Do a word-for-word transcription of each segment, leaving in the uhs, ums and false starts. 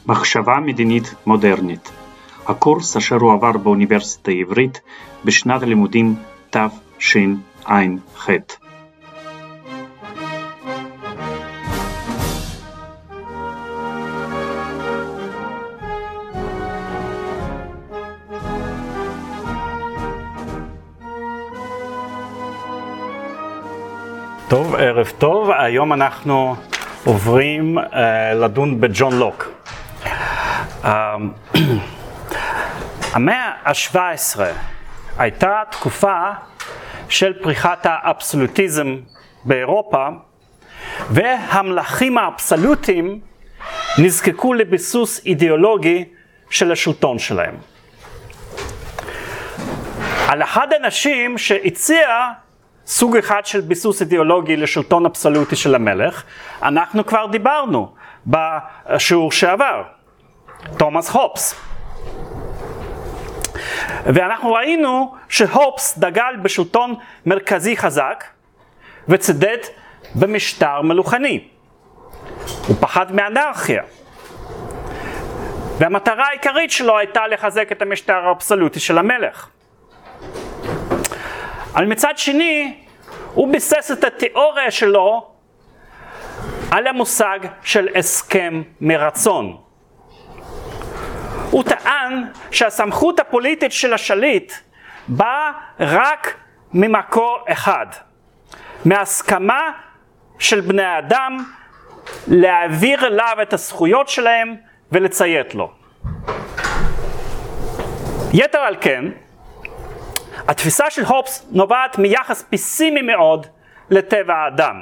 מחשבה מדינית מודרנית. הקורס אשר הוא עבר באוניברסיטה העברית בשנת הלימודים תשע"ח. טוב, ערב טוב. היום אנחנו עוברים uh, לדון בג'ון לוק. Uh, המאה ה-שבע עשרה הייתה תקופה של פריחת האבסולוטיזם באירופה, והמלכים האבסולוטיים נזקקו לביסוס אידיאולוגי של השלטון שלהם. על אחד האנשים שהציע סוג אחד של ביסוס אידיאולוגי לשלטון אבסולוטי של המלך, אנחנו כבר דיברנו בשיעור שעבר, תומאס הובס. ואנחנו ראינו שהובס דגל בשלטון מרכזי חזק וצידד במשטר מלוכני. הוא פחד מאנרכיה. והמטרה העיקרית שלו הייתה לחזק את המשטר האבסולוטי של המלך. אבל מצד שני, הוא ביסס את התיאוריה שלו על המושג של הסכם מרצון. הוא טען שהסמכות הפוליטית של השליט באה רק ממקור אחד, מהסכמה של בני האדם להעביר אליו את הזכויות שלהם ולציית לו. יתר על כן, התפיסה של הובס נובעת מיחס פסימי מאוד לטבע האדם.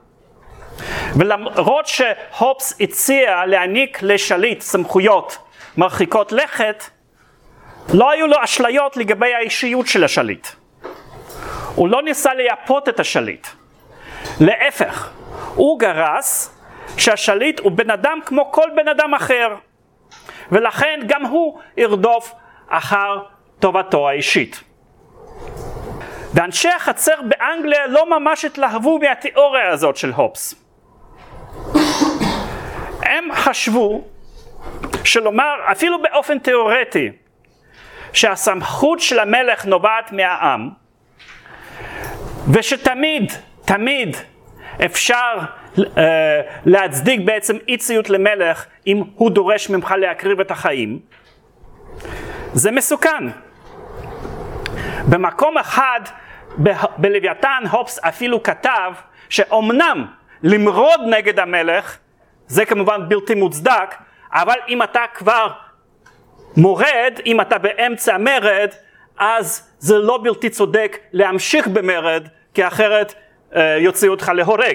ולמרות שהובס הציע להעניק לשליט סמכויות מרחיקות לכת, לא היו לו אשליות לגבי האישיות של השליט. הוא לא ניסה לייפות את השליט. להפך, הוא גרס שהשליט הוא בן אדם כמו כל בן אדם אחר, ולכן גם הוא ירדוף אחר טובתו האישית. ואנשי החצר באנגליה לא ממש התלהבו מהתיאוריה הזאת של הובס. הם חשבו שלומר אפילו באופן תיאורטי שהסמכות של המלך נובעת מהעם, ושתמיד, תמיד אפשר uh, להצדיק בעצם אי ציות למלך אם הוא דורש ממך להקריב את החיים, זה מסוכן. במקום אחד ב- בלוויתן הובס אפילו כתב שאומנם למרוד נגד המלך זה כמובן בלתי מוצדק, אבל אם אתה כבר מורד, אם אתה באמצע המרד, אז זה לא בלתי צודק להמשיך במרד, כי אחרת אה, יוציאו אותך להורג.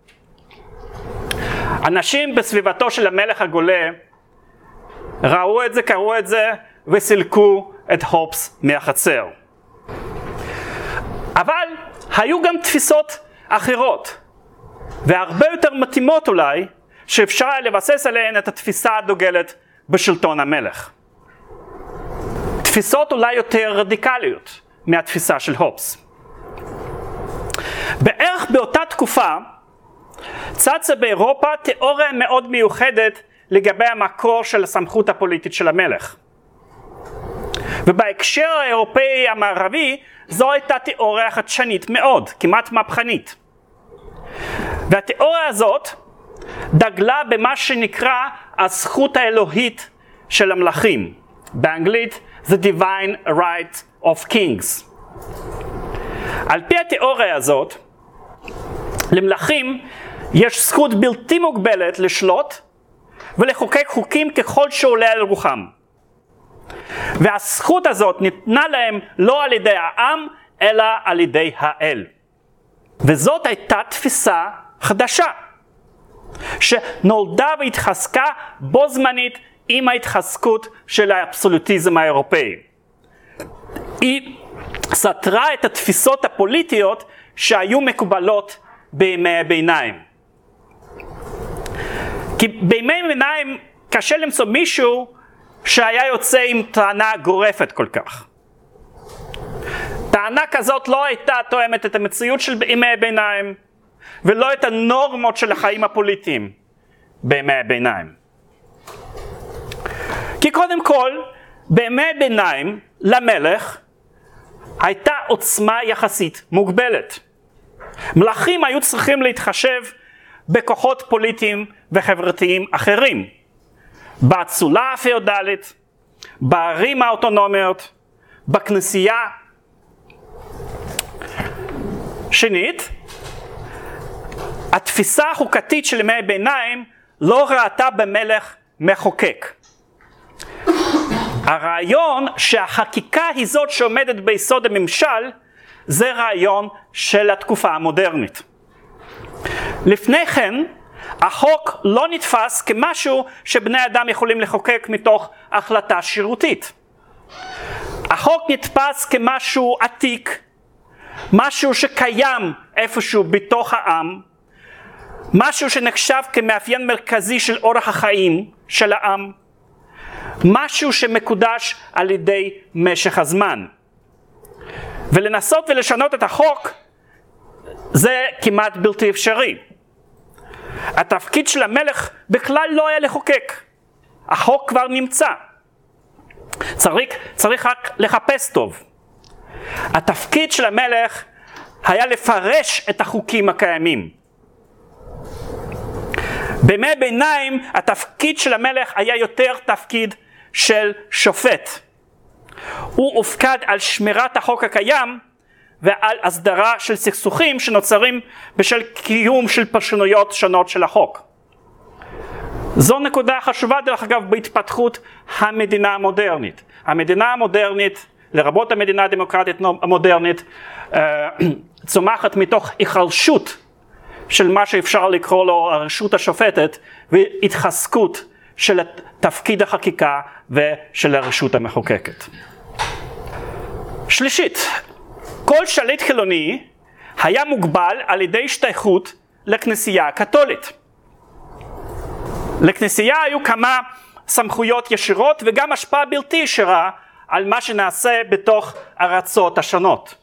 אנשים בסביבתו של המלך הגולה ראו את זה, קראו את זה וסילקו את הובס מהחצר. אבל היו גם תפיסות אחרות, והרבה יותר מתאימות אולי, שאפשר לבסס עליהן את התפיסה הדוגלת בשלטון המלך. תפיסות אולי יותר רדיקליות מהתפיסה של הובס. בערך באותה תקופה צצה באירופה תיאוריה מאוד מיוחדת לגבי המקור של הסמכות הפוליטית של המלך. ובהקשר האירופאי המערבי זו הייתה תיאוריה חדשנית מאוד, כמעט מהפכנית. והתיאוריה הזאת דגלה במה שנקרא הזכות האלוהית של המלכים. באנגלית, the divine right of kings. על פי התיאוריה הזאת, למלכים יש זכות בלתי מוגבלת לשלוט ולחוקק חוקים ככל שעולה על רוחם. והזכות הזאת ניתנה להם לא על ידי העם, אלא על ידי האל. וזאת הייתה תפיסה חדשה, שנולדה והתחזקה בו זמנית עם ההתחזקות של האבסולוטיזם האירופאי. היא סתרה את התפיסות הפוליטיות שהיו מקובלות בימי הביניים. כי בימי הביניים קשה למצוא מישהו שהיה יוצא עם טענה גורפת כל כך. טענה כזאת לא הייתה תואמת את המציאות של בימי הביניים, ולא את הנורמות של החיים הפוליטיים בימי הביניים. כי קודם כל, בימי ביניים למלך הייתה עוצמה יחסית מוגבלת. מלכים היו צריכים להתחשב בכוחות פוליטיים וחברתיים אחרים, באצולה הפיאודלית, בערים האוטונומיות, בכנסייה. שנית, התפיסה החוקתית של ימי ביניים לא ראתה במלך מחוקק. הרעיון שהחקיקה היא זאת שעומדת ביסוד הממשל, זה רעיון של התקופה המודרנית. לפני כן, החוק לא נתפס כמשהו שבני אדם יכולים לחוקק מתוך החלטה שירותית. החוק נתפס כמשהו עתיק, משהו שקיים איפשהו בתוך העם, משהו שנחשב כמאפיין מרכזי של אורח החיים של העם, משהו שמקודש על ידי משך הזמן. ולנסות ולשנות את החוק זה כמעט בלתי אפשרי. התפקיד של המלך בכלל לא היה לחוקק. החוק כבר נמצא. צריך, צריך רק לחפש טוב. התפקיד של המלך היה לפרש את החוקים הקיימים. בימי ביניים התפקיד של המלך היה יותר תפקיד של שופט. הוא הופקד על שמירת החוק הקיים ועל הסדרה של סכסוכים שנוצרים בשל קיום של פרשנויות שונות של החוק. זו נקודה חשובה דרך אגב בהתפתחות המדינה המודרנית. המדינה המודרנית, לרבות המדינה הדמוקרטית המודרנית, צומחת מתוך היחלשות של מה שאפשר לקרוא לו הרשות השופטת והתחזקות של תפקיד החקיקה ושל הרשות המחוקקת. שלישית, כל שליט חילוני היה מוגבל על ידי השתייכות לכנסייה הקתולית. לכנסייה היו כמה סמכויות ישירות וגם השפעה בלתי ישירה על מה שנעשה בתוך ארצות השונות.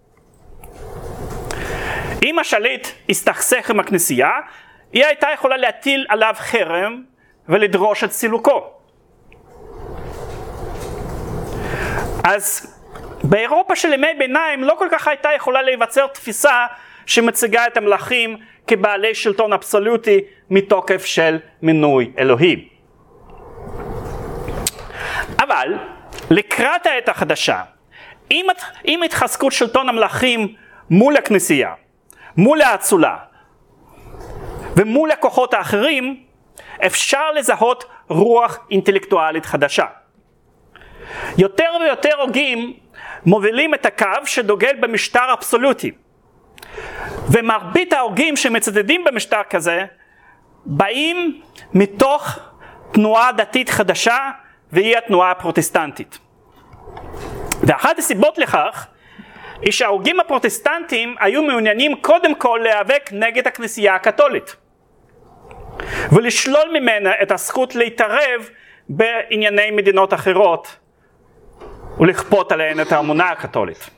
אם השליט הסתכסך עם הכנסייה, היא הייתה יכולה להטיל עליו חרם ולדרוש את סילוקו. אז באירופה של ימי ביניים לא כל כך הייתה יכולה להיווצר תפיסה שמציגה את המלכים כבעלי שלטון אבסולוטי מתוקף של מינוי אלוהי. אבל לקראת העת החדשה, עם, עם התחזקות שלטון המלכים מול הכנסייה, מול האצולה ומול הכוחות האחרים, אפשר לזהות רוח אינטלקטואלית חדשה. יותר ויותר הוגים מובילים את הקו שדוגל במשטר אבסולוטי. ומרבית ההוגים שמצדדים במשטר כזה באים מתוך תנועה דתית חדשה והיא התנועה הפרוטסטנטית. ואחת הסיבות לכך היא שההוגים הפרוטסטנטים היו מעוניינים קודם כל להיאבק נגד הכנסייה הקתולית ולשלול ממנה את הזכות להתערב בענייני מדינות אחרות ולכפות עליהן את האמונה הקתולית.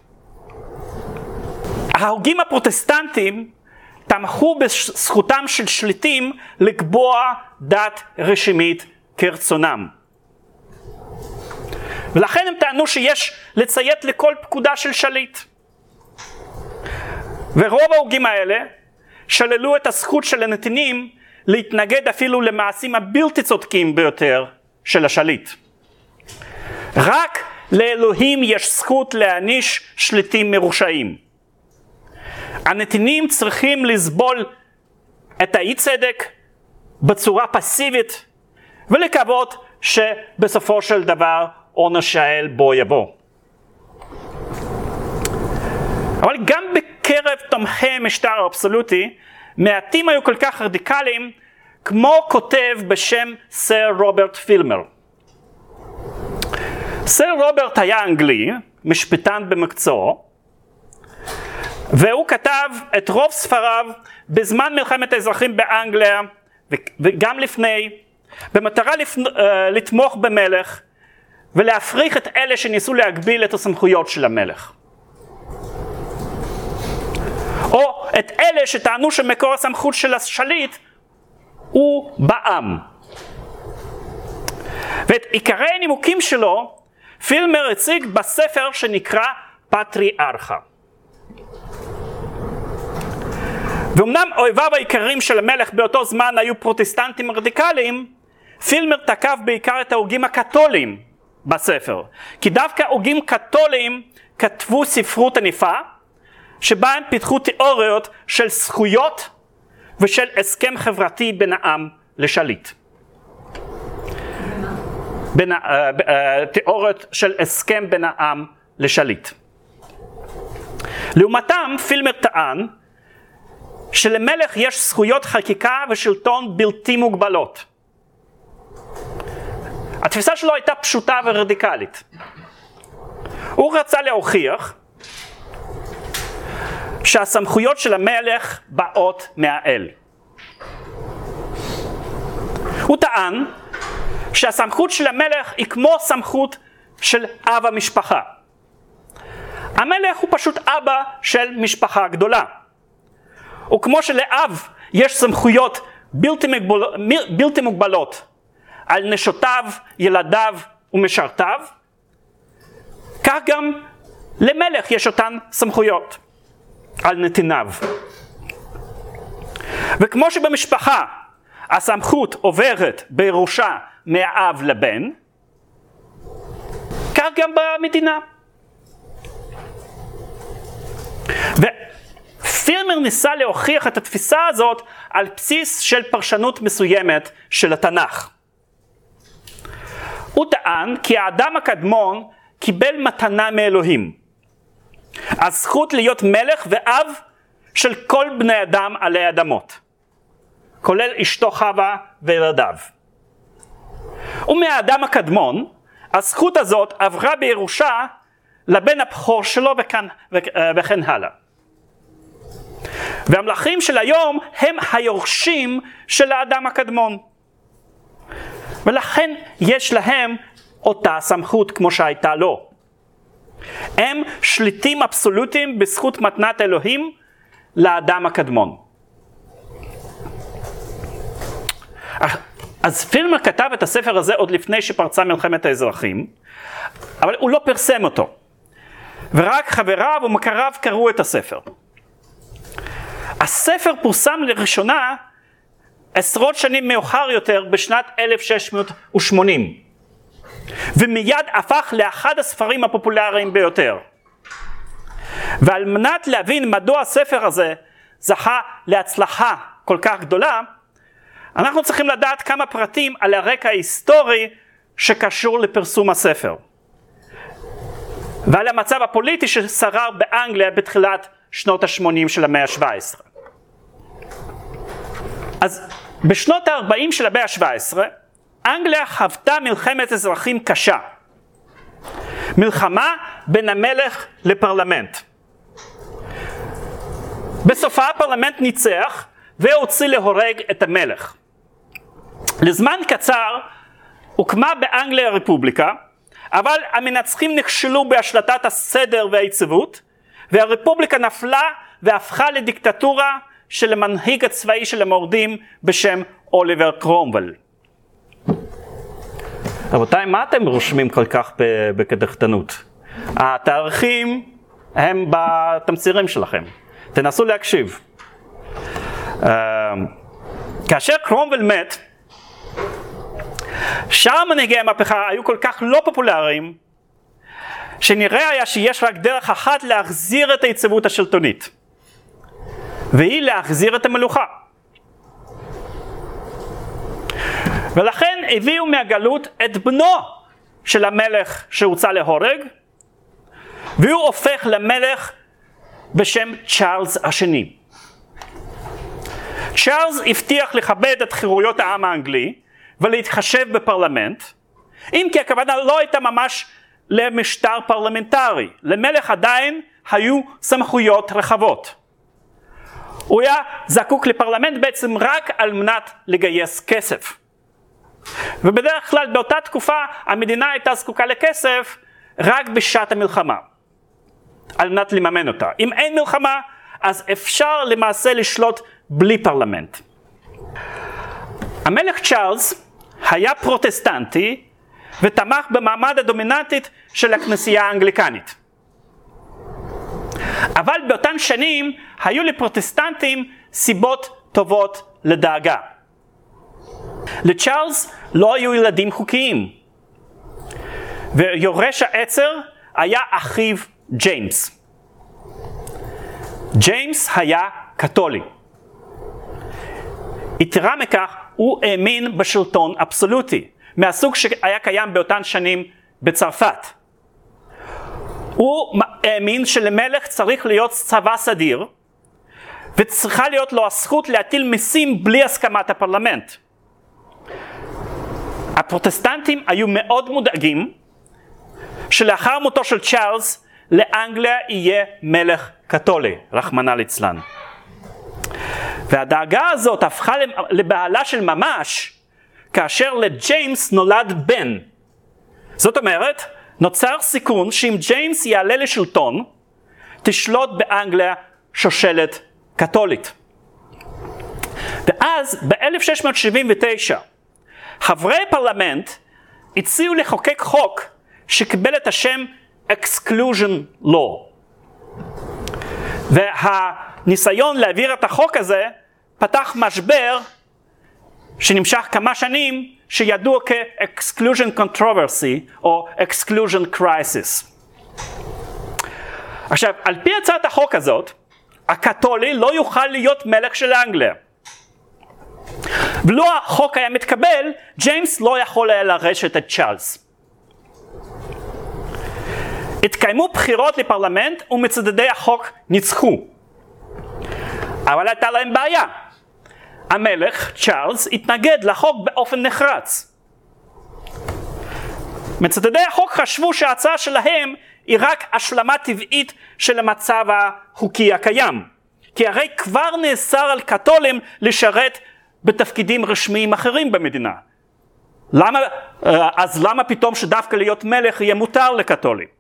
ההוגים הפרוטסטנטים תמכו בזכותם של שליטים לקבוע דת רשמית כרצונם. ולכן הם טענו שיש לציית לכל פקודה של שליט. ורוב ההוגים האלה שללו את הזכות של הנתינים להתנגד אפילו למעשים הבלתי צודקים ביותר של השליט. רק לאלוהים יש זכות להעניש שליטים מרושעים. הנתינים צריכים לסבול את האי צדק בצורה פסיבית ולקוות שבסופו של דבר עונש האל בו יבוא. אבל גם בקרב תומכי משטר האבסולוטי, מעטים היו כל כך רדיקליים כמו כותב בשם סר רוברט פילמר. סר רוברט היה אנגלי, משפטן במקצועו, והוא כתב את רוב ספריו בזמן מלחמת האזרחים באנגליה וגם לפני, במטרה לתמוך במלך ולהפריך את אלה שניסו להגביל את הסמכויות של המלך. או את אלה שטענו שמקור הסמכות של השליט הוא בעם. ואת עיקרי הנימוקים שלו פילמר הציג בספר שנקרא פטריארכיה. ואומנם אויביו העיקריים של המלך באותו זמן היו פרוטסטנטים רדיקליים, פילמר תקף בעיקר את ההוגים הקתוליים בספר, כי דווקא הוגים קתוליים כתבו ספרות ענפה, שבה הם פיתחו תיאוריות של זכויות ושל הסכם חברתי בין העם לשליט. בין, uh, uh, תיאוריות של הסכם בין העם לשליט. לעומתם פילמר טען שלמלך יש זכויות חקיקה ושלטון בלתי מוגבלות. התפיסה שלו הייתה פשוטה ורדיקלית. הוא רצה להוכיח שהסמכויות של המלך באות מהאל. הוא טען שהסמכות של המלך היא כמו סמכות של אב המשפחה. המלך הוא פשוט אבא של משפחה גדולה. וכמו שלאב יש סמכויות בלתי, מגבול, בלתי מוגבלות על נשותיו, ילדיו ומשרתיו, כך גם למלך יש אותן סמכויות על נתיניו. וכמו שבמשפחה הסמכות עוברת בירושה מהאב לבן, כך גם במדינה. ופילמר ניסה להוכיח את התפיסה הזאת על בסיס של פרשנות מסוימת של התנ"ך. הוא טען כי האדם הקדמון קיבל מתנה מאלוהים, הזכות להיות מלך ואב של כל בני אדם עלי אדמות, כולל אשתו חווה וילדיו. ומהאדם הקדמון הזכות הזאת עברה בירושה לבן הבכור שלו וכן, וכן הלאה. והמלכים של היום הם היורשים של האדם הקדמון, ולכן יש להם אותה סמכות כמו שהייתה לו. הם שליטים אבסולוטיים בזכות מתנת אלוהים לאדם הקדמון. אז פילמר כתב את הספר הזה עוד לפני שפרצה מלחמת האזרחים, אבל הוא לא פרסם אותו, ורק חבריו ומכריו קראו את הספר. הספר פורסם לראשונה עשרות שנים מאוחר יותר בשנת אלף שש מאות ושמונים, ומיד הפך לאחד הספרים הפופולריים ביותר. ועל מנת להבין מדוע הספר הזה זכה להצלחה כל כך גדולה, אנחנו צריכים לדעת כמה פרטים על הרקע ההיסטורי שקשור לפרסום הספר, ועל המצב הפוליטי ששרר באנגליה בתחילת שנות ה-שמונים של המאה ה-שבע עשרה. אז בשנות ה-ארבעים של המאה ה-שבע עשרה, אנגליה חוותה מלחמת אזרחים קשה. מלחמה בין המלך לפרלמנט. בסופה הפרלמנט ניצח והוציא להורג את המלך. לזמן קצר הוקמה באנגליה רפובליקה, אבל המנצחים נכשלו בהשלטת הסדר והיציבות, והרפובליקה נפלה והפכה לדיקטטורה של המנהיג הצבאי של המורדים בשם אוליבר קרומוול. רבותיי, מה אתם רושמים כל כך בקדחתנות? התאריכים הם בתמצירים שלכם. תנסו להקשיב. כאשר קרומוול מת, שאר מנהיגי המהפכה היו כל כך לא פופולריים, שנראה היה שיש רק דרך אחת להחזיר את היציבות השלטונית, והיא להחזיר את המלוכה. ולכן הביאו מהגלות את בנו של המלך שהוצא להורג, והוא הופך למלך בשם צ'ארלס השני. צ'ארלס הבטיח לכבד את חירויות העם האנגלי ולהתחשב בפרלמנט, אם כי הכוונה לא הייתה ממש למשטר פרלמנטרי. למלך עדיין היו סמכויות רחבות. הוא היה זקוק לפרלמנט בעצם רק על מנת לגייס כסף. ובדרך כלל באותה תקופה המדינה הייתה זקוקה לכסף רק בשעת המלחמה, על מנת לממן אותה. אם אין מלחמה, אז אפשר למעשה לשלוט בלי פרלמנט. המלך צ'ארלס היה פרוטסטנטי, ותמך במעמד הדומיננטית של הכנסייה האנגליקנית. אבל באותן שנים היו לפרוטסטנטים סיבות טובות לדאגה. לצ'ארלס לא היו ילדים חוקיים, ויורש העצר היה אחיו ג'יימס. ג'יימס היה קתולי. יתרה מכך, הוא האמין בשלטון אבסולוטי, מהסוג שהיה קיים באותן שנים בצרפת. הוא האמין שלמלך צריך להיות צבא סדיר, וצריכה להיות לו הזכות להטיל מיסים בלי הסכמת הפרלמנט. הפרוטסטנטים היו מאוד מודאגים שלאחר מותו של צ'ארלס לאנגליה יהיה מלך קתולי, רחמנא ליצלן. והדאגה הזאת הפכה לבהלה של ממש כאשר לג'יימס נולד בן. זאת אומרת, נוצר סיכון שאם ג'יימס יעלה לשלטון, תשלוט באנגליה שושלת קתולית. ואז ב-אלף שש מאות שבעים ותשע חברי פרלמנט הציעו לחוקק חוק שקיבל את השם Exclusion Law. והניסיון להעביר את החוק הזה פתח משבר שנמשך כמה שנים, שידוע כ-Exclusion Controversy או Exclusion Crisis. עכשיו, על פי הצעת החוק הזאת, הקתולי לא יוכל להיות מלך של אנגליה. ולא החוק היה מתקבל, ג'יימס לא יכול היה לרשת את צ'ארלס. התקיימו בחירות לפרלמנט ומצדדי החוק ניצחו. אבל הייתה להם בעיה. המלך צ'ארלס התנגד לחוק באופן נחרץ. מצדדי החוק חשבו שההצעה שלהם היא רק השלמה טבעית של המצב החוקי הקיים. כי הרי כבר נאסר על קתולים לשרת בתפקידים רשמיים אחרים במדינה. למה, אז למה פתאום שדווקא להיות מלך יהיה מותר לקתולים?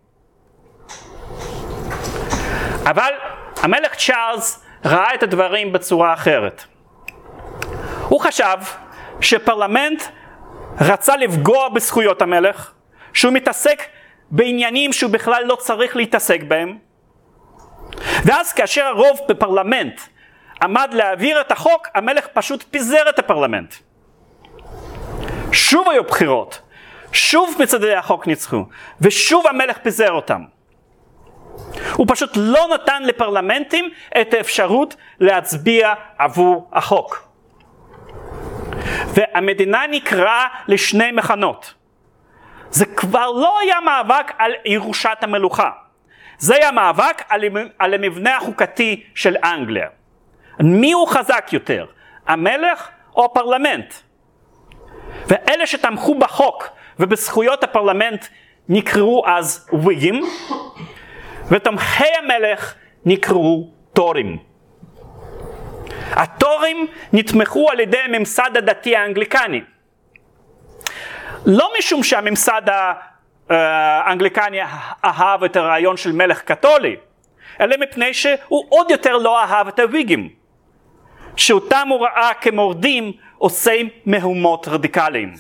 אבל המלך צ'ארלס ראה את הדברים בצורה אחרת. הוא חשב שפרלמנט רצה לפגוע בזכויות המלך, שהוא מתעסק בעניינים שהוא בכלל לא צריך להתעסק בהם. ואז כאשר הרוב בפרלמנט עמד להעביר את החוק, המלך פשוט פיזר את הפרלמנט. שוב היו בחירות, שוב מצדדי החוק ניצחו, ושוב המלך פיזר אותם. הוא פשוט לא נתן לפרלמנטים את האפשרות להצביע עבור החוק. והמדינה נקראה לשני מחנות. זה כבר לא היה מאבק על ירושת המלוכה. זה היה מאבק על, על המבנה החוקתי של אנגליה. מי הוא חזק יותר? המלך או הפרלמנט? ואלה שתמכו בחוק ובזכויות הפרלמנט נקראו אז וויגים, ותומכי המלך נקראו טורים. הטורים נתמכו על ידי הממסד הדתי האנגליקני. לא משום שהממסד האנגליקני אהב את הרעיון של מלך קתולי, אלא מפני שהוא עוד יותר לא אהב את הוויגים, שאותם הוא ראה כמורדים עושי מהומות רדיקליים.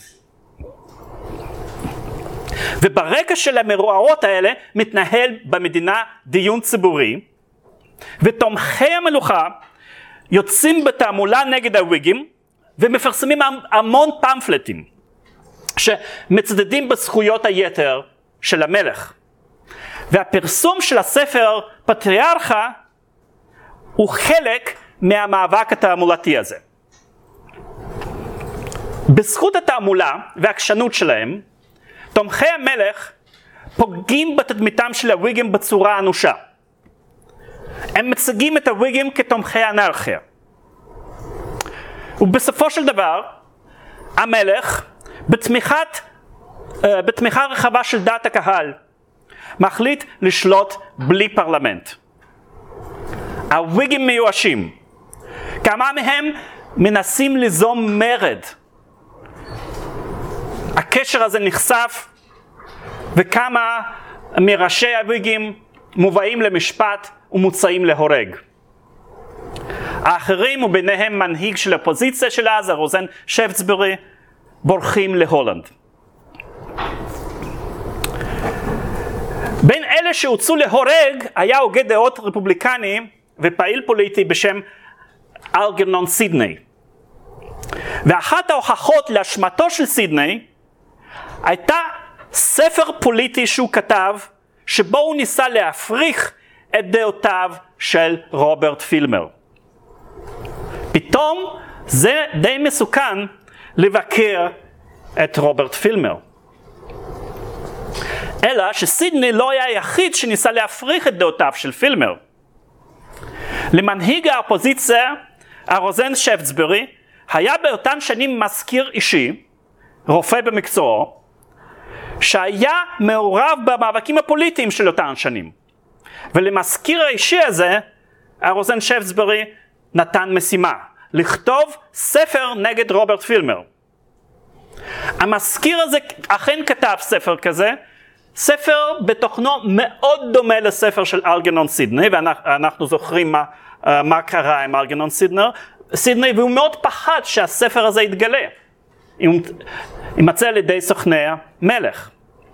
וברקע של המאורעות האלה מתנהל במדינה דיון ציבורי, ותומכי המלוכה יוצאים בתעמולה נגד הוויגים ומפרסמים המון פמפלטים שמצדדים בזכויות היתר של המלך. והפרסום של הספר פטריארכיה הוא חלק מהמאבק התעמולתי הזה. בזכות התעמולה והעקשנות שלהם, תומכי המלך פוגעים בתדמיתם של הוויגים בצורה אנושה. הם מציגים את הוויגים כתומכי אנרכיה. ובסופו של דבר, המלך, בתמיכת, בתמיכה רחבה של דעת הקהל, מחליט לשלוט בלי פרלמנט. הוויגים מיואשים. כמה מהם מנסים ליזום מרד. הקשר הזה נחשף, וכמה מראשי הוויגים מובאים למשפט ומוצאים להורג. האחרים, וביניהם מנהיג של הפוזיציה של אז, הרוזן שבצברי, בורחים להולנד. בין אלה שהוצאו להורג היה הוגה דעות רפובליקני ופעיל פוליטי בשם אלגרנון סידני. ואחת ההוכחות להשמטו של סידני הייתה ספר פוליטי שהוא כתב, שבו הוא ניסה להפריך את דעותיו של רוברט פילמר. פתאום זה די מסוכן לבקר את רוברט פילמר. אלא שסידני לא היה היחיד שניסה להפריך את דעותיו של פילמר. למנהיג האופוזיציה, הרוזן שפטסברי, היה באותן שנים מזכיר אישי, רופא במקצועו, שהיה מעורב במאבקים הפוליטיים של אותן שנים. ולמזכיר האישי הזה, הרוזן שפטסברי נתן משימה, לכתוב ספר נגד רוברט פילמר. המזכיר הזה אכן כתב ספר כזה, ספר בתוכנו מאוד דומה לספר של אלגרנון סידני, ואנחנו זוכרים מה, מה קרה עם אלגרנון סידנר, סידני, והוא מאוד פחד שהספר הזה יתגלה, יימצא על ידי סוכני המלך.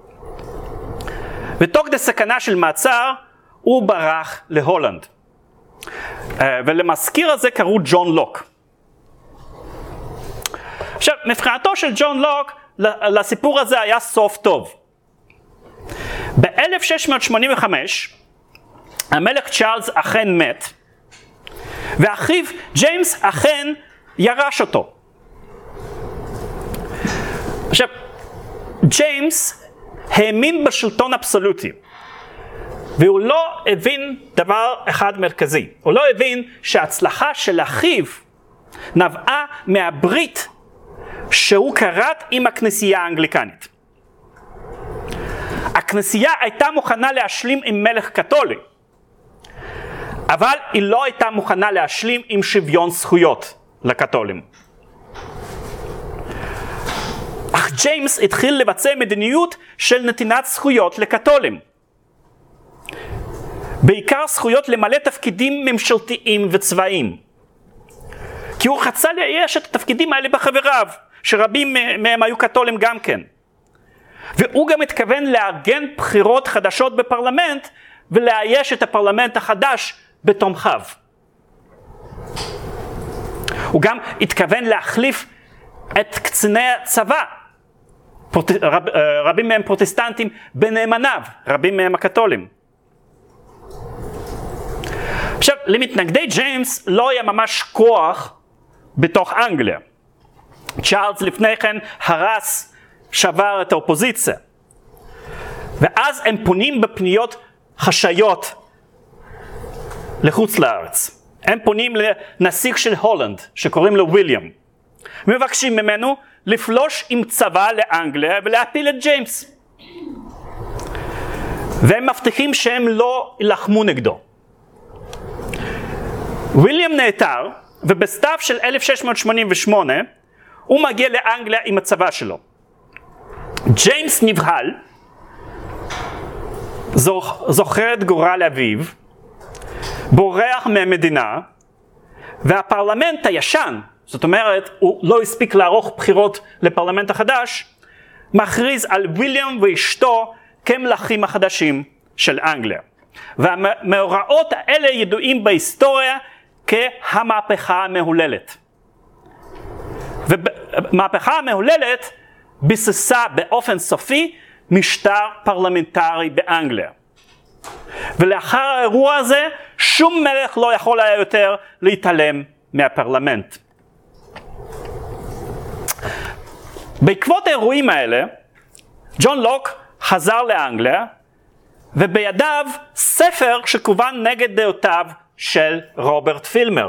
ותוך כדי סכנה של מעצר, הוא ברח להולנד. ולמזכיר הזה קראו ג'ון לוק. עכשיו, מבחינתו של ג'ון לוק, לסיפור הזה היה סוף טוב. ב-אלף שש מאות שמונים וחמש, המלך צ'ארלס אכן מת, ואחיו ג'יימס אכן ירש אותו. עכשיו, ג'יימס האמין בשלטון אבסולוטי, והוא לא הבין דבר אחד מרכזי. הוא לא הבין שההצלחה של אחיו נבעה מהברית שהוא כרת עם הכנסייה האנגליקנית. הכנסייה הייתה מוכנה להשלים עם מלך קתולי, אבל היא לא הייתה מוכנה להשלים עם שוויון זכויות לקתולים. אך ג'יימס התחיל לבצע מדיניות של נתינת זכויות לקתולים. בעיקר זכויות למלא תפקידים ממשלתיים וצבאיים. כי הוא רצה לאייש את התפקידים האלה בחבריו, שרבים מהם היו קתולים גם כן. והוא גם התכוון לארגן בחירות חדשות בפרלמנט, ולאייש את הפרלמנט החדש בתומכיו. הוא גם התכוון להחליף את קציני הצבא, פרוט... רב... רבים מהם פרוטסטנטים, בנאמניו, רבים מהם הקתולים. עכשיו, למתנגדי ג'יימס לא היה ממש כוח בתוך אנגליה. צ'ארלס לפני כן הרס, שבר את האופוזיציה. ואז הם פונים בפניות חשאיות לחוץ לארץ. הם פונים לנסיך של הולנד, שקוראים לו וויליאם. מבקשים ממנו לפלוש עם צבא לאנגליה ולהפיל את ג'יימס. והם מבטיחים שהם לא ילחמו נגדו. וויליאם נעתר, ובסתיו של אלף שש מאות שמונים ושמונה הוא מגיע לאנגליה עם הצבא שלו. ג'יימס נבהל, זוכר את גורל אביו, בורח מהמדינה, והפרלמנט הישן, זאת אומרת, הוא לא הספיק לערוך בחירות לפרלמנט החדש, מכריז על וויליאם ואשתו כמלכים החדשים של אנגליה. והמאורעות האלה ידועים בהיסטוריה כהמהפכה המהוללת. ומהפכה המהוללת ביססה באופן סופי משטר פרלמנטרי באנגליה. ולאחר האירוע הזה, שום מלך לא יכול היה יותר להתעלם מהפרלמנט. בעקבות האירועים האלה, ג'ון לוק חזר לאנגליה, ובידיו ספר שכוון נגד דעותיו של רוברט פילמר.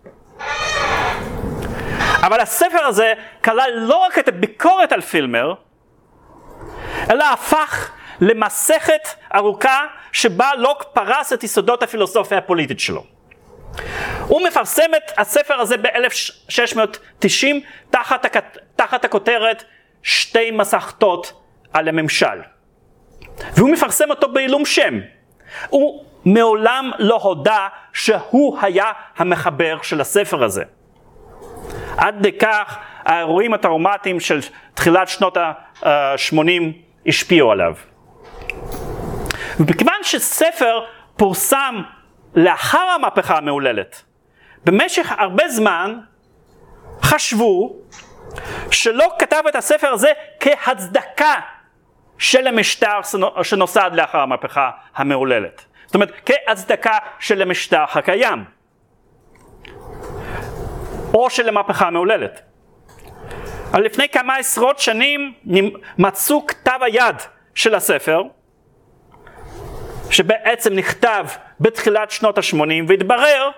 אבל הספר הזה כלל לא רק את הביקורת על פילמר, אלא הפך למסכת ארוכה שבה לוק פרס את יסודות הפילוסופיה הפוליטית שלו. הוא מפרסם את הספר הזה ב-אלף שש מאות תשעים תחת, הכ... תחת הכותרת שתי מסכתות על הממשל. והוא מפרסם אותו בעילום שם. הוא מעולם לא הודה שהוא היה המחבר של הספר הזה. עד לכך האירועים הטראומטיים של תחילת שנות ה-שמונים השפיעו עליו. ובכיוון שספר פורסם לאחר המהפכה המהוללת, במשך הרבה זמן חשבו שלוק כתב את הספר הזה כהצדקה של המשטר שנוסד לאחר המהפכה המהוללת. זאת אומרת, כהצדקה של המשטר הקיים, או של המהפכה המהוללת. אבל לפני כמה עשרות שנים מצאו כתב היד של הספר, שבעצם נכתב בתחילת שנות ה-שמונים, והתברר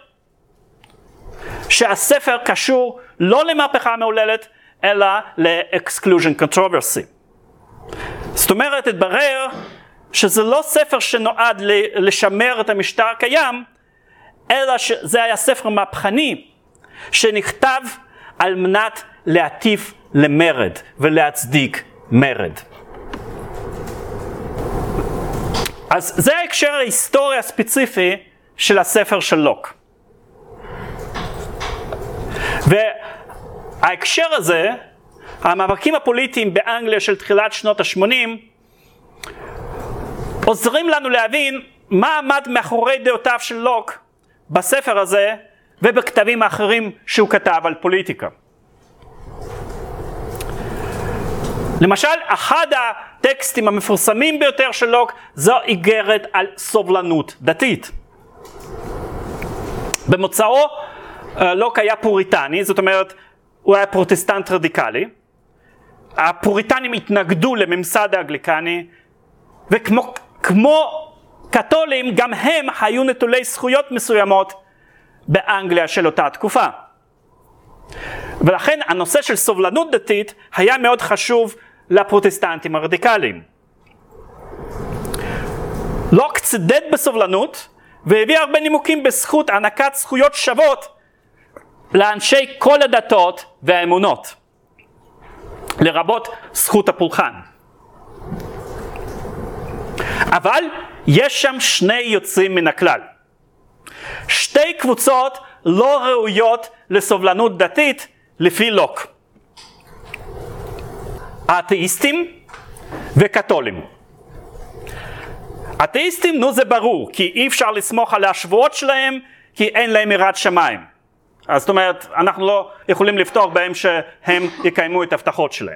שהספר קשור לא למהפכה המהוללת, אלא ל-exclusion controversy. זאת אומרת, התברר שזה לא ספר שנועד לשמר את המשטר הקיים, אלא שזה היה ספר מהפכני, שנכתב על מנת להטיף למרד ולהצדיק מרד. אז זה ההקשר ההיסטורי הספציפי של הספר של לוק. וההקשר הזה, המאבקים הפוליטיים באנגליה של תחילת שנות ה-שמונים, עוזרים לנו להבין מה עמד מאחורי דעותיו של לוק בספר הזה ובכתבים האחרים שהוא כתב על פוליטיקה. למשל, אחד הטקסטים המפורסמים ביותר של לוק זו איגרת על סובלנות דתית. במוצאו לוק היה פוריטני, זאת אומרת הוא היה פרוטסטנט רדיקלי. הפוריטנים התנגדו לממסד האנגליקני, וכמו כמו קתולים גם הם היו נטולי זכויות מסוימות באנגליה של אותה תקופה. ולכן הנושא של סובלנות דתית היה מאוד חשוב לפרוטסטנטים הרדיקליים. לוק צידד בסובלנות והביא הרבה נימוקים בזכות הענקת זכויות שוות לאנשי כל הדתות והאמונות, לרבות זכות הפולחן. אבל יש שם שני יוצאים מן הכלל. שתי קבוצות לא ראויות לסובלנות דתית לפי לוק: האתאיסטים וקתולים. אתאיסטים, נו זה ברור, כי אי אפשר לסמוך על השבועות שלהם, כי אין להם יראת שמיים. אז זאת אומרת, אנחנו לא יכולים לפתוח בהם שהם יקיימו את ההבטחות שלהם.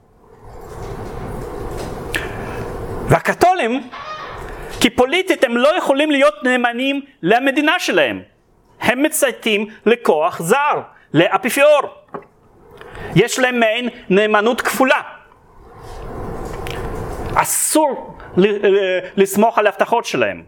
והקתולים, כי פוליטית הם לא יכולים להיות נאמנים למדינה שלהם. הם מצייתים לכוח זר, לאפיפיור. יש להם מעין נאמנות כפולה. אסור לסמוך על ההבטחות שלהם.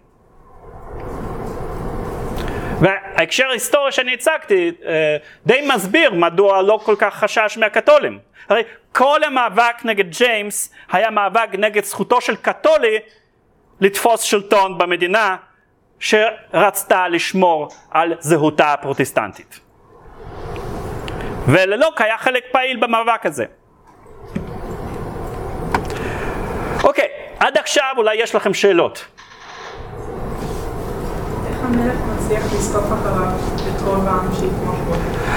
וההקשר ההיסטורי שאני הצגתי די מסביר מדוע לא כל כך חשש מהקתולים. הרי כל המאבק נגד ג'יימס היה מאבק נגד זכותו של קתולי לתפוס שלטון במדינה שרצתה לשמור על זהותה הפרוטסטנטית. וללוק היה חלק פעיל במאבק הזה. אוקיי, עד עכשיו אולי יש לכם שאלות. איך המלך מצליח לסקוף אחריו את רוב העם שיתמוך בו?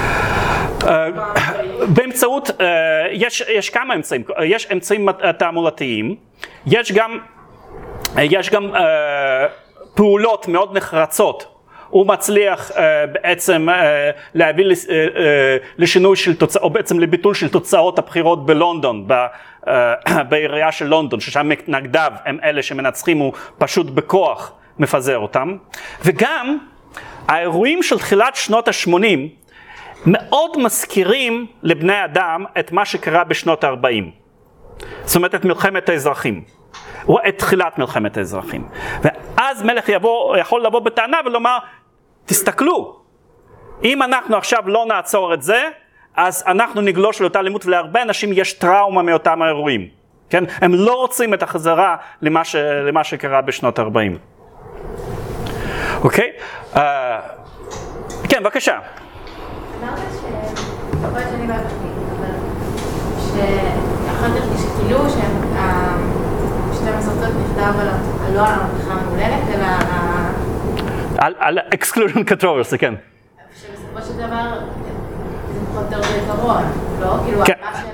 באמצעות, יש, יש כמה אמצעים, יש אמצעים תעמולתיים, יש גם, יש גם פעולות מאוד נחרצות. הוא מצליח uh, בעצם uh, להביא לס, uh, uh, לשינוי של תוצאות, או בעצם לביטול של תוצאות הבחירות בלונדון, ב, uh, בעירייה של לונדון, ששם נגדיו הם אלה שמנצחים, הוא פשוט בכוח מפזר אותם. וגם האירועים של תחילת שנות ה-שמונים מאוד מזכירים לבני אדם את מה שקרה בשנות ה-ארבעים. זאת אומרת את מלחמת האזרחים. או את תחילת מלחמת האזרחים. ואז מלך יבוא, יכול לבוא בטענה ולומר, תסתכלו, אם אנחנו עכשיו לא נעצור את זה, אז אנחנו נגלוש לאותה אלימות, ולהרבה אנשים יש טראומה מאותם האירועים. כן? הם לא רוצים את החזרה למה, ש, למה שקרה בשנות ה-ארבעים. אוקיי? Uh, כן, בבקשה. אמרת ש... יכול להיות שאני בעצמי, אבל שאחר כך שכאילו שהם... שתי מסורתות נכתב לא על המהפכה המהוללת, אלא על exclusion controversy, כן. שבסופו של דבר זה פחות או יותר בעיקרון, לא? כאילו, מה שהם התווכחו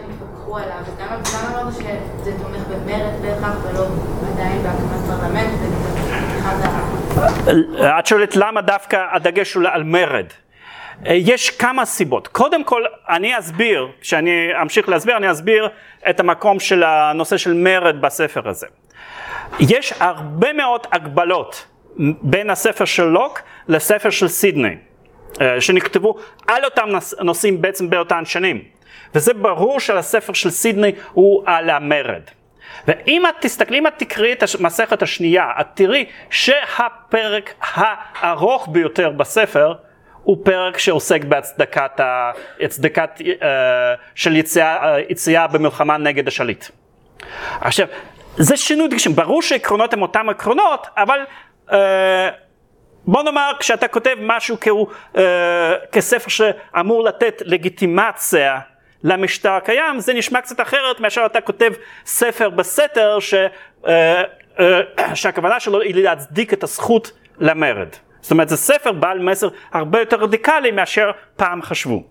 בחרו עליו, אז למה אמרנו שזה תומך במרד בהכרח ולא עדיין בהקמת פרלמנט ובתמיכה? את שואלת למה דווקא הדגש הוא על מרד. יש כמה סיבות. קודם כל, אני אסביר, כשאני אמשיך להסביר, אני אסביר את המקום של הנושא של מרד בספר הזה. יש הרבה מאוד הגבלות בין הספר של לוק לספר של סידני, שנכתבו על אותם נושאים בעצם באותן שנים. וזה ברור שהספר של סידני הוא על המרד. ואם את תסתכלי, אם את תקראי את המסכת השנייה, את תראי שהפרק הארוך ביותר בספר, הוא פרק שעוסק בהצדקת הצדקת uh, של יציאה, uh, יציאה במלחמה נגד השליט. עכשיו, זה שינוי דגשים, ברור שעקרונות הם אותם עקרונות, אבל uh, בוא נאמר, כשאתה כותב משהו כהוא, uh, כספר שאמור לתת לגיטימציה למשטר הקיים, זה נשמע קצת אחרת מאשר אתה כותב ספר בסתר ש, uh, uh, שהכוונה שלו היא להצדיק את הזכות למרד. זאת אומרת, זה ספר בעל מסר הרבה יותר רדיקלי מאשר פעם חשבו.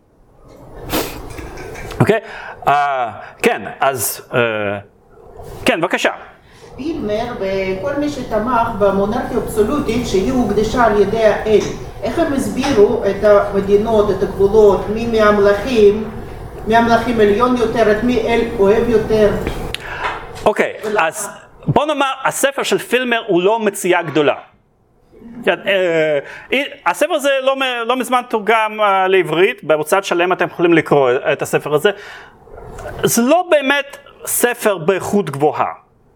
אוקיי? Okay? Uh, כן, אז... Uh, כן, בבקשה. פילמר וכל מי שתמך במונרכיה אבסולוטית שהיא הוקדשה על ידי האל, איך הם הסבירו את המדינות, את הגבולות, מי מהמלכים, מי המלכים עליון יותר, את מי אל אוהב יותר? אוקיי, okay, אז בוא נאמר, הספר של פילמר הוא לא מציאה גדולה. הספר הזה לא, לא מזמן תורגם לעברית, בהוצאת שלם אתם יכולים לקרוא את הספר הזה. זה לא באמת ספר באיכות גבוהה.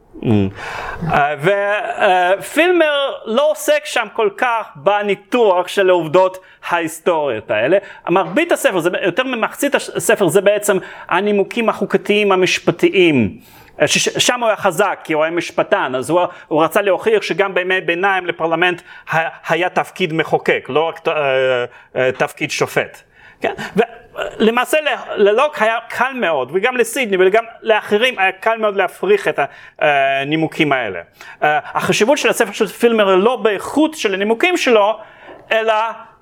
ופילמר לא עוסק שם כל כך בניתוח של העובדות ההיסטוריות האלה. מרבית הספר, זה יותר ממחצית הספר, זה בעצם הנימוקים החוקתיים המשפטיים. שם הוא היה חזק, כי הוא היה משפטן, אז הוא, הוא רצה להוכיח שגם בימי ביניים לפרלמנט היה תפקיד מחוקק, לא רק תפקיד שופט. כן? ולמעשה ללוק היה קל מאוד, וגם לסידני וגם לאחרים היה קל מאוד להפריך את הנימוקים האלה. החשיבות של הספר של פילמר לא באיכות של הנימוקים שלו, אלא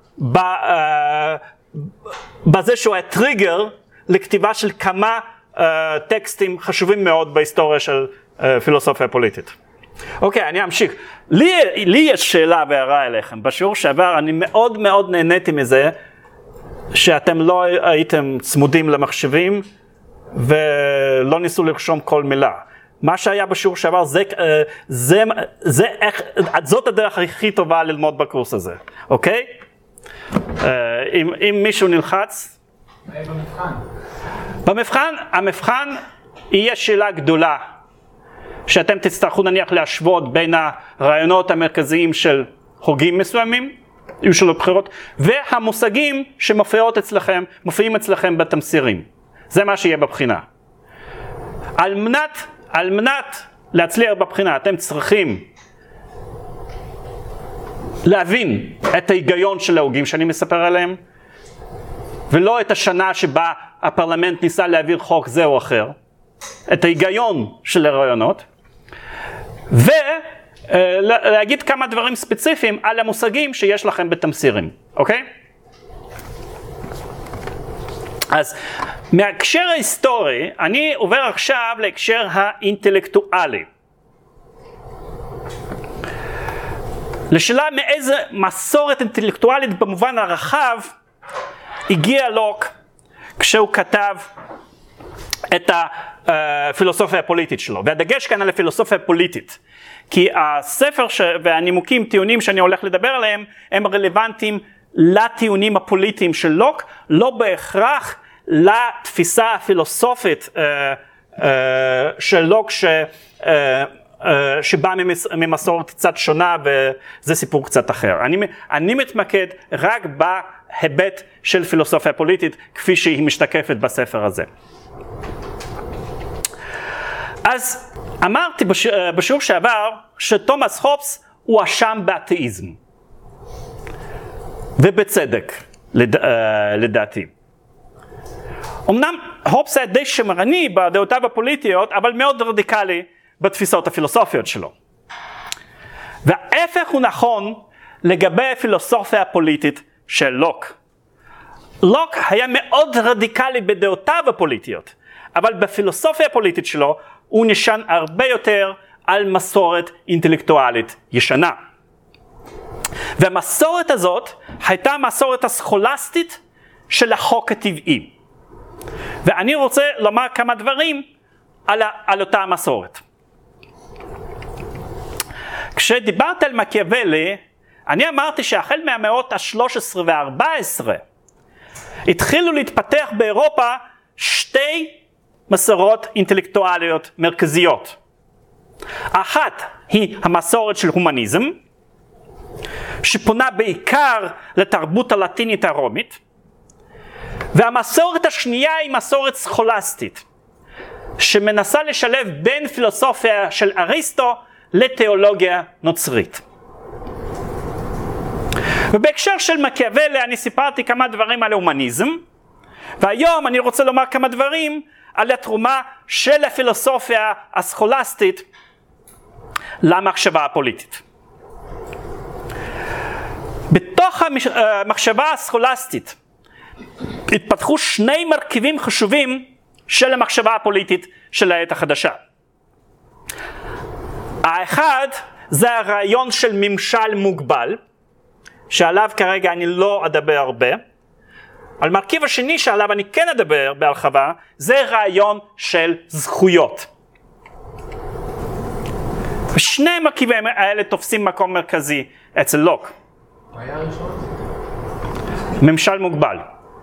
בזה שהוא היה טריגר לכתיבה של כמה טקסטים חשובים מאוד בהיסטוריה של פילוסופיה פוליטית. אוקיי, אני אמשיך. לי, לי יש שאלה והערה אליכם. בשיעור שעבר אני מאוד מאוד נהניתי מזה, שאתם לא הייתם צמודים למחשבים, ולא ניסו לרשום כל מילה. מה שהיה בשיעור שעבר, זה, זה, זה איך, זאת הדרך הכי טובה ללמוד בקורס הזה. אוקיי? אם, אם מישהו נלחץ... במבחן. במבחן, המבחן יהיה שאלה גדולה, שאתם תצטרכו נניח להשוות בין הרעיונות המרכזיים של הוגים מסוימים, יהיו שלו בחירות, והמושגים שמופיעות אצלכם, מופיעים אצלכם בתמסירים. זה מה שיהיה בבחינה. על מנת, על מנת להצליח בבחינה, אתם צריכים להבין את ההיגיון של ההוגים שאני מספר עליהם, ולא את השנה שבה הפרלמנט ניסה להעביר חוק זה או אחר, את ההיגיון של הרעיונות, ולהגיד כמה דברים ספציפיים על המושגים שיש לכם בתמסירים, אוקיי? אז מההקשר ההיסטורי, אני עובר עכשיו להקשר האינטלקטואלי. לשאלה מאיזה מסורת אינטלקטואלית במובן הרחב, הגיע לוק כשהוא כתב את הפילוסופיה הפוליטית שלו, והדגש כאן על הפילוסופיה הפוליטית, כי הספר ש... והנימוקים, טיעונים שאני הולך לדבר עליהם, הם רלוונטיים לטיעונים הפוליטיים של לוק, לא בהכרח לתפיסה הפילוסופית אה, אה, של לוק ש... אה, שבא ממסורת קצת שונה, וזה סיפור קצת אחר. אני, אני מתמקד רק בהיבט של פילוסופיה פוליטית, כפי שהיא משתקפת בספר הזה. אז אמרתי בש, בשיעור שעבר, שתומאס הובס הוא אשם באתאיזם. ובצדק, לד, לדעתי. אמנם הובס היה די שמרני בדעותיו הפוליטיות, אבל מאוד רדיקלי, בתפיסות הפילוסופיות שלו. וההפך הוא נכון לגבי הפילוסופיה הפוליטית של לוק. לוק היה מאוד רדיקלי בדעותיו הפוליטיות, אבל בפילוסופיה הפוליטית שלו הוא נשען הרבה יותר על מסורת אינטלקטואלית ישנה. והמסורת הזאת הייתה המסורת הסכולסטית של החוק הטבעי. ואני רוצה לומר כמה דברים על, על אותה המסורת. כשדיברת על מקיאוולי, אני אמרתי שהחל מהמאות ה-שלוש עשרה וה-ארבע עשרה התחילו להתפתח באירופה שתי מסורות אינטלקטואליות מרכזיות. אחת היא המסורת של הומניזם, שפונה בעיקר לתרבות הלטינית הרומית, והמסורת השנייה היא מסורת סכולסטית, שמנסה לשלב בין פילוסופיה של אריסטו לתיאולוגיה נוצרית. ובהקשר של מקיאוולי אני סיפרתי כמה דברים על ההומניזם, והיום אני רוצה לומר כמה דברים על התרומה של הפילוסופיה הסכולסטית למחשבה הפוליטית. בתוך המחשבה הסכולסטית התפתחו שני מרכיבים חשובים של המחשבה הפוליטית של העת החדשה. האחד זה הרעיון של ממשל מוגבל, שעליו כרגע אני לא אדבר הרבה. על מרכיב השני שעליו אני כן אדבר בהרחבה, זה רעיון של זכויות. ושני המרכיבים האלה תופסים מקום מרכזי אצל לוק. מה היה הראשון? ממשל מוגבל.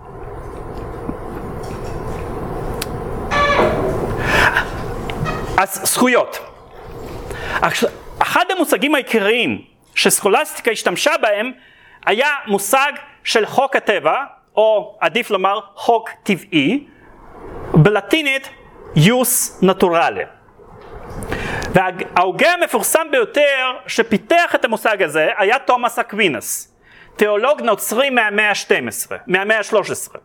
אז זכויות. אחד המושגים העיקריים שסכולסטיקה השתמשה בהם היה מושג של חוק הטבע, או עדיף לומר חוק טבעי, בלטינית יוס נטורלה. וההוגה המפורסם ביותר שפיתח את המושג הזה היה תומאס אקווינס, תיאולוג נוצרי מהמאה ה-שתים עשרה, מהמאה ה-שלוש עשרה.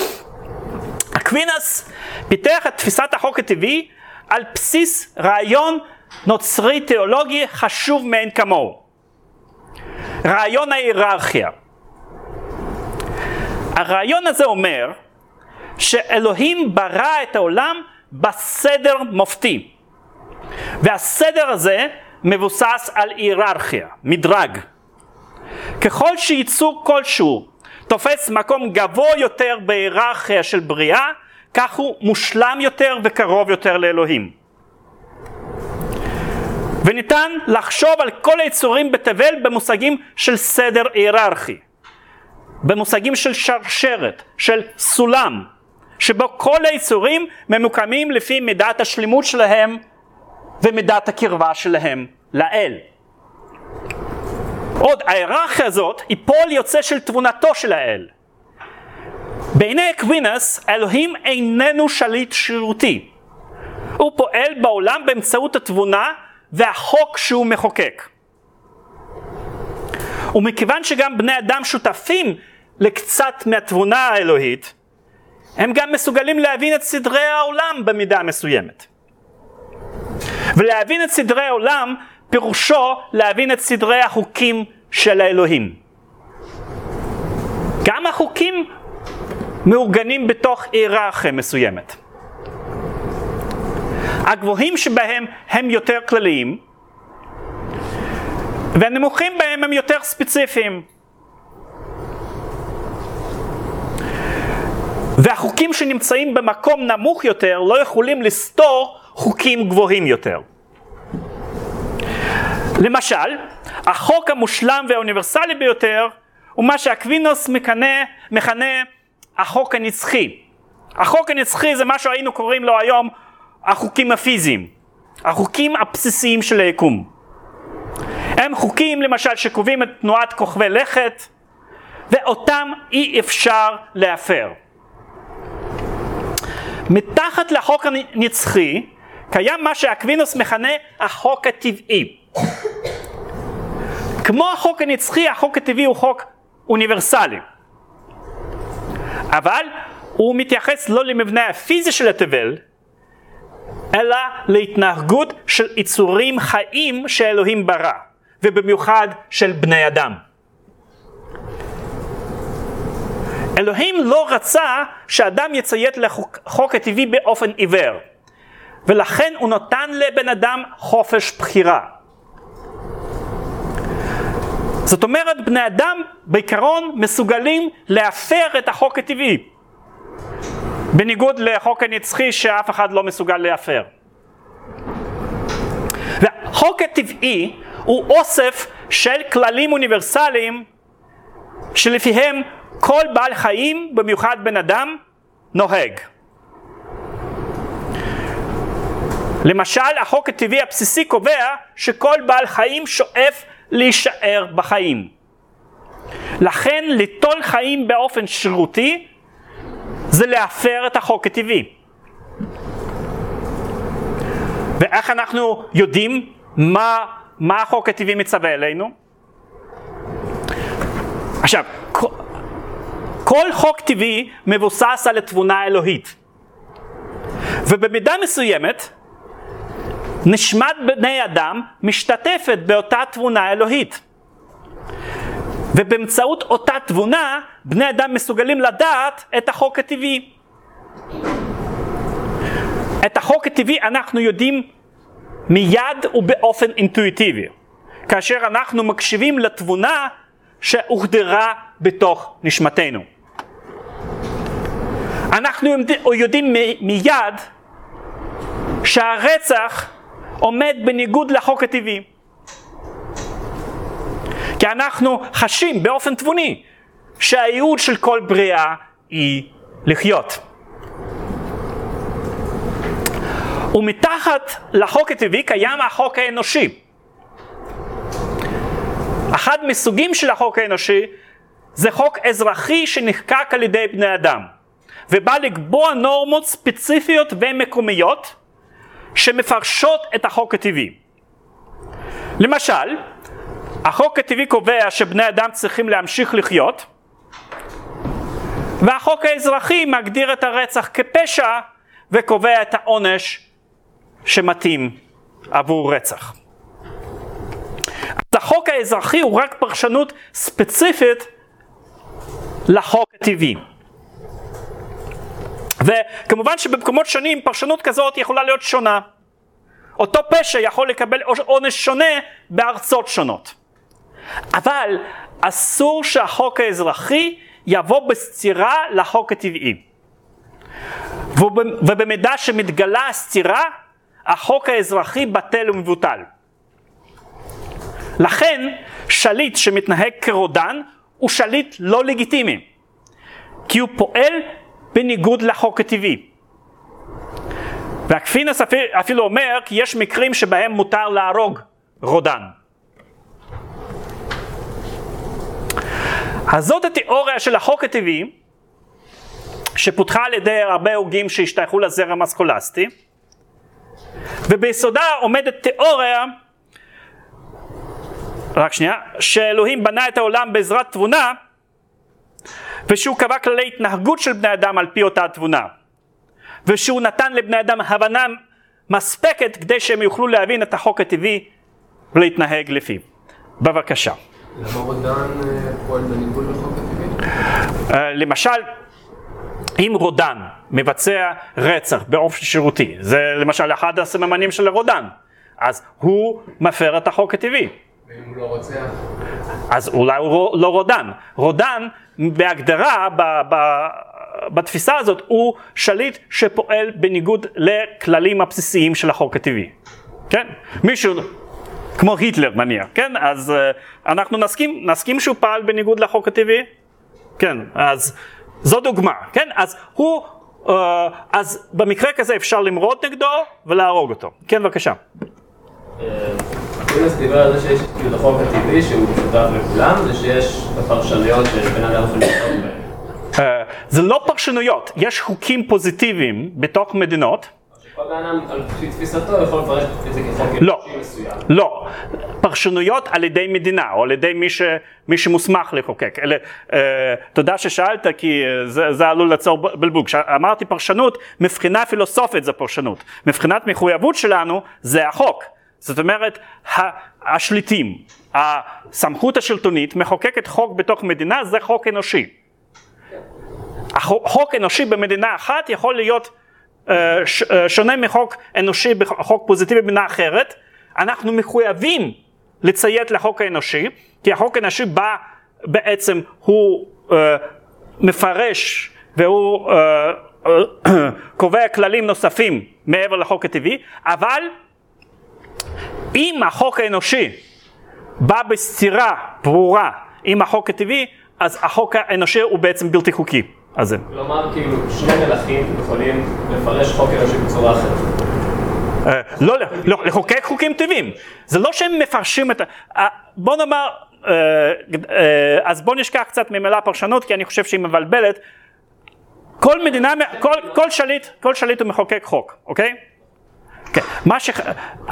אקווינס פיתח את תפיסת החוק הטבעי על בסיס רעיון נוצרי תיאולוגי חשוב מאין כמוהו. רעיון ההיררכיה. הרעיון הזה אומר שאלוהים ברא את העולם בסדר מופתי. והסדר הזה מבוסס על היררכיה, מדרג. ככל שייצור כלשהו תופס מקום גבוה יותר בהיררכיה של בריאה, כך הוא מושלם יותר וקרוב יותר לאלוהים. וניתן לחשוב על כל היצורים בתבל במושגים של סדר היררכי, במושגים של שרשרת, של סולם, שבו כל היצורים ממוקמים לפי מידת השלימות שלהם ומידת הקרבה שלהם לאל. עוד, ההיררכיה הזאת היא פועל יוצא של תבונתו של האל. בעיני אקווינס, אלוהים איננו שליט שרירותי. הוא פועל בעולם באמצעות התבונה והחוק שהוא מחוקק. ומכיוון שגם בני אדם שותפים לקצת מהתבונה האלוהית, הם גם מסוגלים להבין את סדרי העולם במידה מסוימת. ולהבין את סדרי העולם פירושו להבין את סדרי החוקים של האלוהים. גם החוקים מאורגנים בתוך היררכיה מסוימת. הגבוהים שבהם הם יותר כלליים, והנמוכים בהם הם יותר ספציפיים. והחוקים שנמצאים במקום נמוך יותר לא יכולים לסתור חוקים גבוהים יותר. למשל, החוק המושלם והאוניברסלי ביותר הוא מה שאקווינוס מכנה, מכנה החוק הנצחי. החוק הנצחי זה מה שהיינו קוראים לו היום החוקים הפיזיים, החוקים הבסיסיים של היקום. הם חוקים למשל שקובעים את תנועת כוכבי לכת, ואותם אי אפשר להפר. מתחת לחוק הנצחי קיים מה שאקווינוס מכנה החוק הטבעי. כמו החוק הנצחי, החוק הטבעי הוא חוק אוניברסלי. אבל הוא מתייחס לא למבנה הפיזי של התבל, אלא להתנהגות של יצורים חיים שאלוהים ברא, ובמיוחד של בני אדם. אלוהים לא רצה שאדם יציית לחוק הטבעי באופן עיוור, ולכן הוא נתן לבן אדם חופש בחירה. זאת אומרת, בני אדם בעיקרון מסוגלים להפר את החוק הטבעי, בניגוד לחוק הנצחי שאף אחד לא מסוגל להפר. והחוק הטבעי הוא אוסף של כללים אוניברסליים שלפיהם כל בעל חיים, במיוחד בן אדם, נוהג. למשל, החוק הטבעי הבסיסי קובע שכל בעל חיים שואף להישאר בחיים. לכן ליטול חיים באופן שרירותי זה להפר את החוק הטבעי. ואיך אנחנו יודעים מה, מה החוק הטבעי מצווה אלינו? עכשיו, כל חוק טבעי מבוסס על התבונה האלוהית. ובמידה מסוימת, נשמת בני אדם משתתפת באותה תבונה אלוהית. ובאמצעות אותה תבונה, בני אדם מסוגלים לדעת את החוק הטבעי. את החוק הטבעי אנחנו יודעים מיד ובאופן אינטואיטיבי, כאשר אנחנו מקשיבים לתבונה שהוחדרה בתוך נשמתנו. אנחנו יודעים מיד שהרצח עומד בניגוד לחוק הטבעי, כי אנחנו חשים באופן תבוני שהייעוד של כל בריאה היא לחיות. ומתחת לחוק הטבעי קיים החוק האנושי. אחד מסוגים של החוק האנושי זה חוק אזרחי שנחקק על ידי בני אדם, ובא לקבוע נורמות ספציפיות ומקומיות שמפרשות את החוק הטבעי. למשל, החוק הטבעי קובע שבני אדם צריכים להמשיך לחיות, והחוק האזרחי מגדיר את הרצח כפשע וקובע את העונש שמתאים עבור רצח. אז החוק האזרחי הוא רק פרשנות ספציפית לחוק הטבעי. וכמובן שבמקומות שונים פרשנות כזאת יכולה להיות שונה. אותו פשע יכול לקבל עונש שונה בארצות שונות. אבל אסור שהחוק האזרחי יבוא בסתירה לחוק הטבעי. ובמידה שמתגלה הסתירה, החוק האזרחי בטל ומבוטל. לכן שליט שמתנהג כרודן הוא שליט לא לגיטימי, כי הוא פועל בניגוד לחוק הטבעי. והקפינס אפילו אומר כי יש מקרים שבהם מותר להרוג רודן. אז זאת התיאוריה של החוק הטבעי, שפותחה על ידי הרבה הוגים שהשתייכו לזרם הסקולסטי, וביסודה עומדת תיאוריה, רק שנייה, שאלוהים בנה את העולם בעזרת תבונה, ושהוא קבע כללי התנהגות של בני אדם על פי אותה תבונה, ושהוא נתן לבני אדם הבנה מספקת כדי שהם יוכלו להבין את החוק הטבעי ולהתנהג לפיו. בבקשה. למה רודן פועל בניגוד לחוק הטבעי? למשל, אם רודן מבצע רצח באופן שירותי, זה למשל אחד הסממנים של הרודן, אז הוא מפר את החוק הטבעי. ואם הוא לא רוצח? אז אולי הוא לא רודן. רודן בהגדרה, ב, ב, בתפיסה הזאת, הוא שליט שפועל בניגוד לכללים הבסיסיים של החוק הטבעי. כן? מישהו, כמו היטלר נניח, כן? אז uh, אנחנו נסכים, נסכים שהוא פעל בניגוד לחוק הטבעי? כן, אז זו דוגמה, כן? אז הוא, uh, אז במקרה כזה אפשר למרוד נגדו ולהרוג אותו. כן, בבקשה. אינס דיבר על זה שיש כאילו החוק הטבעי שהוא משותף לכולם, זה שיש הפרשנויות שבן אדם יכול לבחור בהן. זה לא פרשנויות, יש חוקים פוזיטיביים בתוך מדינות. שכל בן אדם על פי תפיסתו יכול לפרש את זה כחוק אנושי מסוים. לא, פרשנויות על ידי מדינה או על ידי מי, ש, מי שמוסמך לחוקק. אלה, אה, תודה ששאלת כי זה, זה עלול ליצור בלבול. כשאמרתי פרשנות, מבחינה פילוסופית זה פרשנות. מבחינת מחויבות שלנו זה החוק. זאת אומרת, השליטים, הסמכות השלטונית מחוקקת חוק בתוך מדינה, זה חוק אנושי. חוק אנושי במדינה אחת יכול להיות שונה מחוק אנושי בחוק פוזיטיבי במדינה אחרת. אנחנו מחויבים לציית לחוק האנושי, כי החוק האנושי בא בעצם, הוא uh, מפרש והוא uh, uh, קובע כללים נוספים מעבר לחוק הטבעי, אבל אם החוק האנושי בא בסתירה ברורה עם החוק הטבעי, אז החוק האנושי הוא בעצם בלתי חוקי. אז כלומר, כאילו, שני מלכים יכולים לפרש חוק אנושי בצורה אחרת. לא, לא, לחוקק חוקים טבעיים. זה לא שהם מפרשים את ה... בוא נאמר, אז בוא נשכח קצת ממילה פרשנות, כי אני חושב שהיא מבלבלת. כל מדינה, כל, כל שליט, כל שליט הוא מחוקק חוק, אוקיי? כן, מה ש...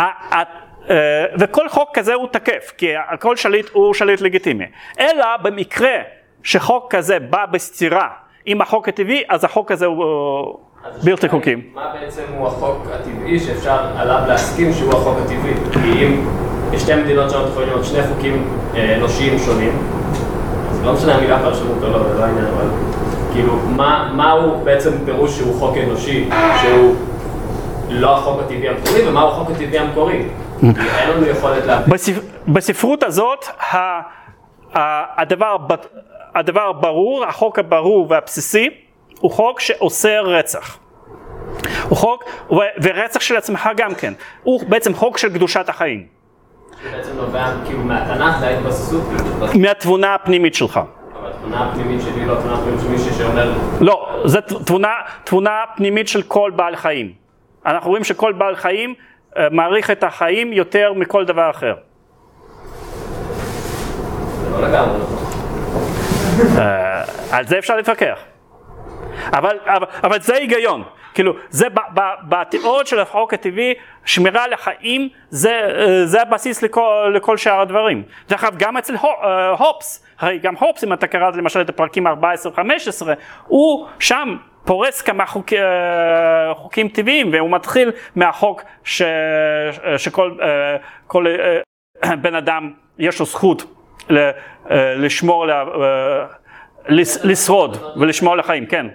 וכל חוק כזה הוא תקף, כי כל שליט הוא שליט לגיטימי. אלא במקרה שחוק כזה בא בסתירה עם החוק הטבעי, אז החוק הזה הוא בלתי חוקי. מה בעצם הוא החוק הטבעי שאפשר עליו להסכים שהוא החוק הטבעי? כי אם יש שתי מדינות שונות יכולים להיות שני חוקים אנושיים שונים, אז לא משנה המילה פרשנות או לא, זה לא העניין, אבל כאילו, מה, מה הוא בעצם פירוש שהוא חוק אנושי, שהוא לא החוק הטבעי המקורי, ומה הוא החוק הטבעי המקורי? כי אין לנו יכולת להבין. בספרות הזאת, הדבר, הדבר ברור, החוק הברור והבסיסי, הוא חוק שאוסר רצח. הוא חוק, ורצח של עצמך גם כן. הוא בעצם חוק של קדושת החיים. שבעצם נובע כאילו מהתנ"ך, זה ההתבססות. מהתבונה הפנימית שלך. אבל התבונה הפנימית שלי לא התבונה הפנימית של מישהו שאומר... לא, זו תבונה, תבונה פנימית של כל בעל חיים. אנחנו רואים שכל בעל חיים מעריך את החיים יותר מכל דבר אחר. זה לא לגמרי, נכון. על זה אפשר להתווכח. אבל, אבל, אבל זה היגיון. כאילו, זה בתיאוריות של החוק הטבעי, שמירה על החיים, זה, זה הבסיס לכל, לכל שאר הדברים. דרך אגב, גם אצל הופס, הרי גם הופס, אם אתה קראת למשל את הפרקים ארבע עשרה וחמש עשרה, הוא שם פורס כמה חוק, חוקים טבעיים, והוא מתחיל מהחוק ש, שכל כל, בן אדם יש לו זכות לשמור, לשרוד ולשמור על החיים, כן.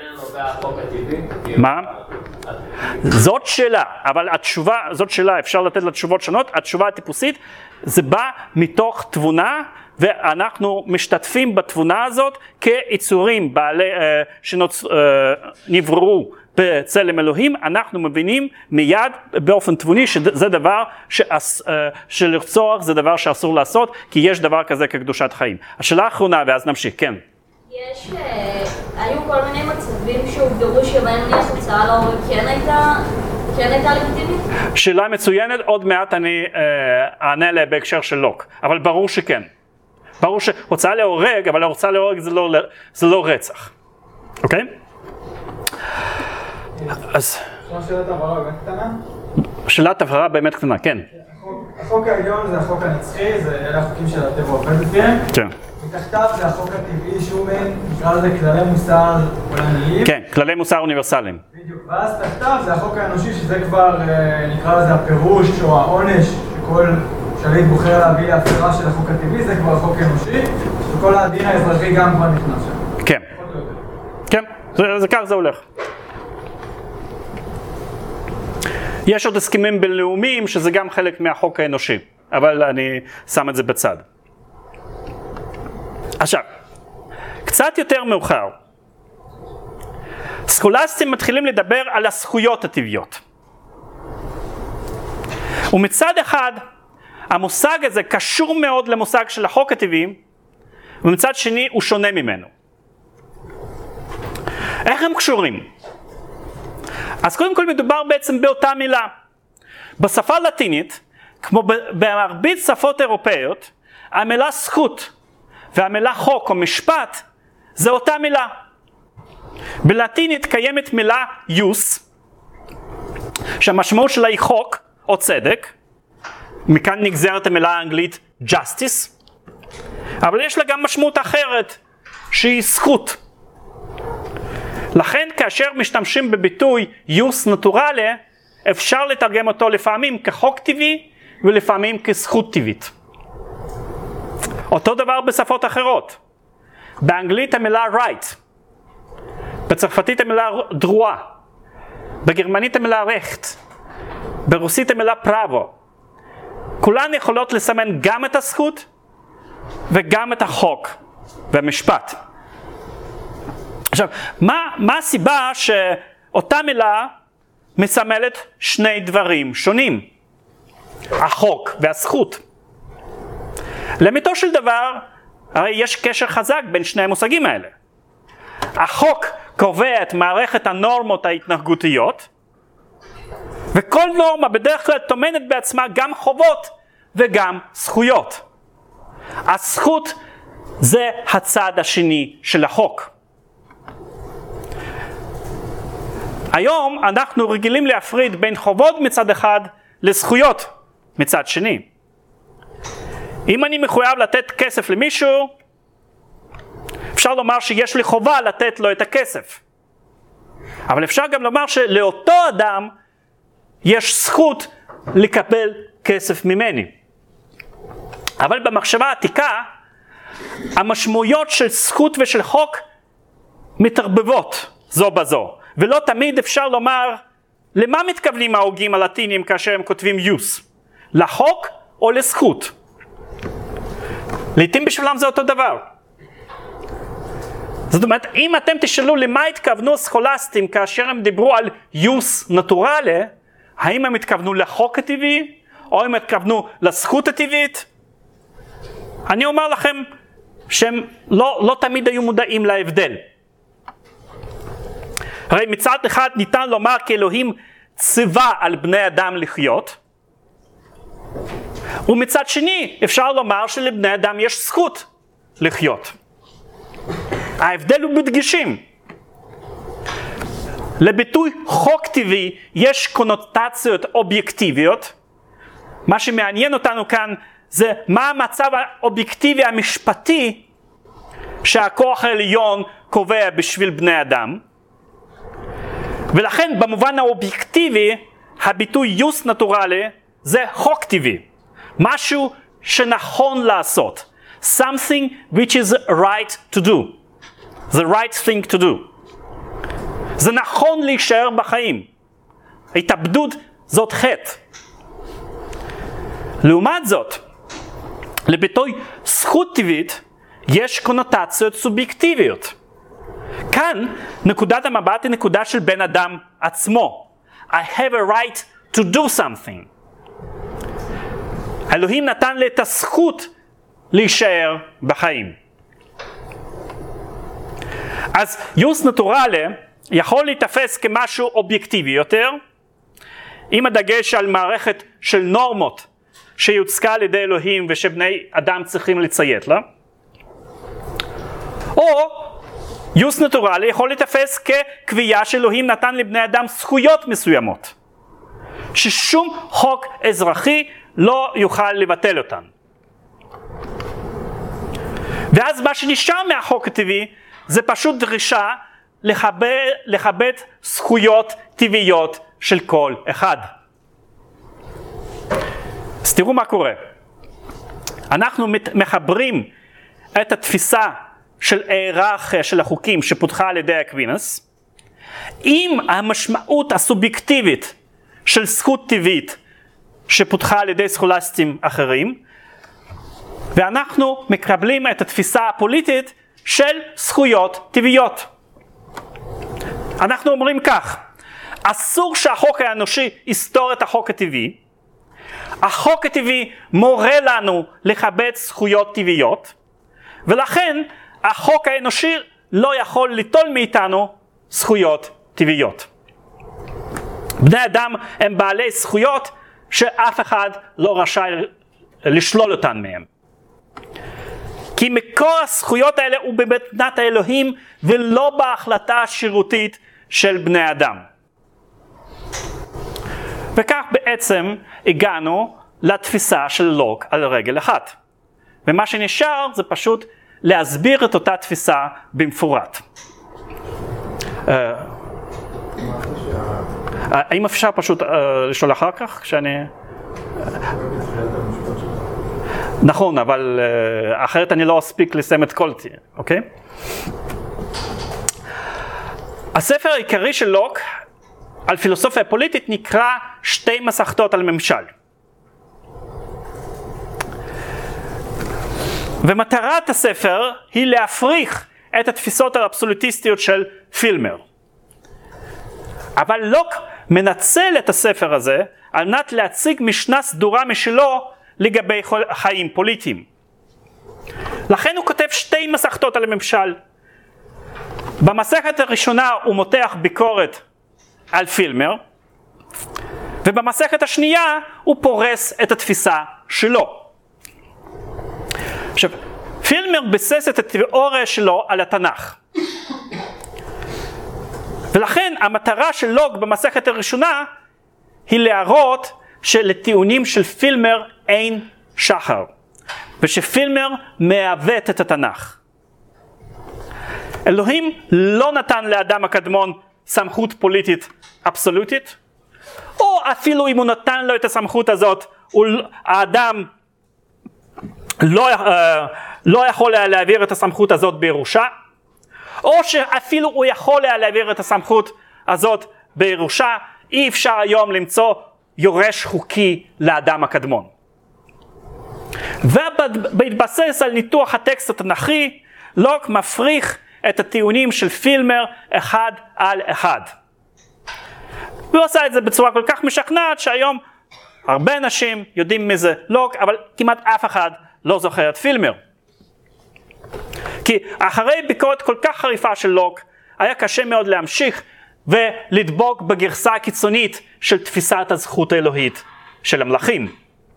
מה? זאת שאלה, אבל התשובה, זאת שאלה, אפשר לתת לה תשובות שונות. התשובה הטיפוסית, זה בא מתוך תבונה, ואנחנו משתתפים בתבונה הזאת כיצורים בעלי, שנבראו בצלם אלוהים. אנחנו מבינים מיד באופן תבוני שזה דבר שלרצוח, זה דבר שאסור לעשות, כי יש דבר כזה כקדושת חיים. השאלה האחרונה, ואז נמשיך, כן. יש, היו כל מיני מצבים שהוגדרו שבהם נהיה הוצאה להורג כן הייתה, כן הייתה לגיטימית? שאלה מצוינת, עוד מעט אני אענה לה בהקשר של לוק, אבל ברור שכן. ברור שהוצאה להורג, אבל הוצאה להורג זה לא, זה לא רצח. אוקיי? אז... שאלת הבהרה באמת קטנה? שאלת הבהרה באמת קטנה, כן. החוק העליון זה החוק הנצחי, זה אלה החוקים של הטבע עובד לפיהם. כן. מתחתיו זה החוק הטבעי שהוא בין, נקרא לזה כללי מוסר עולמיים. כן, כללי מוסר אוניברסליים. בדיוק, ואז תחתיו זה החוק האנושי שזה כבר, נקרא לזה הפירוש או העונש שכל שליט בוחר להביא להפרה של החוק הטבעי, זה כבר החוק האנושי, וכל הדין האזרחי גם כבר נכנס שם. כן. כן, זה, זה כך זה הולך. יש עוד הסכמים בינלאומיים שזה גם חלק מהחוק האנושי, אבל אני שם את זה בצד. עכשיו, קצת יותר מאוחר, סקולסטים מתחילים לדבר על הזכויות הטבעיות. ומצד אחד, המושג הזה קשור מאוד למושג של החוק הטבעי, ומצד שני הוא שונה ממנו. איך הם קשורים? אז קודם כל מדובר בעצם באותה מילה. בשפה הלטינית, כמו במרבית שפות אירופאיות, המילה זכות והמילה חוק או משפט זה אותה מילה. בלטינית קיימת מילה יוס, שהמשמעות שלה היא חוק או צדק, מכאן נגזרת המילה האנגלית justice, אבל יש לה גם משמעות אחרת שהיא זכות. לכן כאשר משתמשים בביטוי יוס נטורלה, אפשר לתרגם אותו לפעמים כחוק טבעי ולפעמים כזכות טבעית. אותו דבר בשפות אחרות. באנגלית המילה right בצרפתית המילה דרואה, בגרמנית המילה רכט, ברוסית המילה פראבו. כולן יכולות לסמן גם את הזכות וגם את החוק והמשפט. עכשיו, מה, מה הסיבה שאותה מילה מסמלת שני דברים שונים? החוק והזכות. לאמיתו של דבר, הרי יש קשר חזק בין שני המושגים האלה. החוק קובע את מערכת הנורמות ההתנהגותיות, וכל נורמה בדרך כלל טומנת בעצמה גם חובות וגם זכויות. הזכות זה הצד השני של החוק. היום אנחנו רגילים להפריד בין חובות מצד אחד לזכויות מצד שני. אם אני מחויב לתת כסף למישהו, אפשר לומר שיש לי חובה לתת לו את הכסף. אבל אפשר גם לומר שלאותו אדם יש זכות לקבל כסף ממני. אבל במחשבה העתיקה, המשמעויות של זכות ושל חוק מתערבבות זו בזו. ולא תמיד אפשר לומר למה מתכוונים ההוגים הלטינים כאשר הם כותבים יוס, לחוק או לזכות. לעתים בשבילם זה אותו דבר. זאת אומרת, אם אתם תשאלו למה התכוונו סכולסטים כאשר הם דיברו על יוס נטורלה, האם הם התכוונו לחוק הטבעי או הם התכוונו לזכות הטבעית? אני אומר לכם שהם לא, לא תמיד היו מודעים להבדל. הרי מצד אחד ניתן לומר כי אלוהים ציווה על בני אדם לחיות, ומצד שני אפשר לומר שלבני אדם יש זכות לחיות. ההבדל הוא בדגשים. לביטוי חוק טבעי יש קונוטציות אובייקטיביות. מה שמעניין אותנו כאן זה מה המצב האובייקטיבי המשפטי שהכוח העליון קובע בשביל בני אדם. ולכן במובן האובייקטיבי הביטוי יוס נטורלי זה חוק טבעי, משהו שנכון לעשות, something which is right to do, the right thing to do. זה נכון להישאר בחיים, ההתאבדות זאת חטא. לעומת זאת, לביטוי זכות טבעית יש קונוטציות סובייקטיביות. כאן נקודת המבט היא נקודה של בן אדם עצמו. I have a right to do something. אלוהים נתן לי את הזכות להישאר בחיים. אז יוס נטורלי יכול להתאפס כמשהו אובייקטיבי יותר, עם הדגש על מערכת של נורמות שיוצקה על ידי אלוהים ושבני אדם צריכים לציית לה. או יוס נטורלי יכול להתאפס כקביעה שאלוהים נתן לבני אדם זכויות מסוימות, ששום חוק אזרחי לא יוכל לבטל אותן. ואז מה שנשאר מהחוק הטבעי זה פשוט דרישה לכבד, לכבד זכויות טבעיות של כל אחד. אז תראו מה קורה. אנחנו מחברים את התפיסה של היררכיה של החוקים שפותחה על ידי אקווינס עם המשמעות הסובייקטיבית של זכות טבעית שפותחה על ידי סכולסטים אחרים, ואנחנו מקבלים את התפיסה הפוליטית של זכויות טבעיות. אנחנו אומרים כך: אסור שהחוק האנושי יסתור את החוק הטבעי. החוק הטבעי מורה לנו לכבד זכויות טבעיות, ולכן החוק האנושי לא יכול ליטול מאיתנו זכויות טבעיות. בני אדם הם בעלי זכויות שאף אחד לא רשאי לשלול אותן מהם. כי מקור הזכויות האלה הוא במתנת האלוהים ולא בהחלטה השירותית של בני אדם. וכך בעצם הגענו לתפיסה של לוק על רגל אחת. ומה שנשאר זה פשוט להסביר את אותה תפיסה במפורט. האם אפשר פשוט לשאול אחר כך כשאני... נכון, אבל אחרת אני לא אספיק לסיים את כל זה, אוקיי? הספר העיקרי של לוק על פילוסופיה פוליטית נקרא שתי מסכתות על ממשל. ומטרת הספר היא להפריך את התפיסות האבסולוטיסטיות של פילמר. אבל לוק מנצל את הספר הזה על מנת להציג משנה סדורה משלו לגבי חיים פוליטיים. לכן הוא כותב שתי מסכתות על הממשל. במסכת הראשונה הוא מותח ביקורת על פילמר, ובמסכת השנייה הוא פורס את התפיסה שלו. עכשיו, פילמר ביסס את התיאוריה שלו על התנ"ך. ולכן המטרה של לוק במסכת הראשונה היא להראות שלטיעונים של פילמר אין שחר, ושפילמר מעוות את התנ"ך. אלוהים לא נתן לאדם הקדמון סמכות פוליטית אבסולוטית, או אפילו אם הוא נתן לו את הסמכות הזאת, האדם לא, לא יכול היה להעביר את הסמכות הזאת בירושה, או שאפילו הוא יכול היה להעביר את הסמכות הזאת בירושה, אי אפשר היום למצוא יורש חוקי לאדם הקדמון. ובהתבסס על ניתוח הטקסט התנ"כי, לוק מפריך את הטיעונים של פילמר אחד על אחד. והוא עשה את זה בצורה כל כך משכנעת שהיום הרבה אנשים יודעים מי זה לוק, אבל כמעט אף אחד לא זוכר את פילמר. כי אחרי ביקורת כל כך חריפה של לוק, היה קשה מאוד להמשיך ולדבוק בגרסה הקיצונית של תפיסת הזכות האלוהית של המלכים.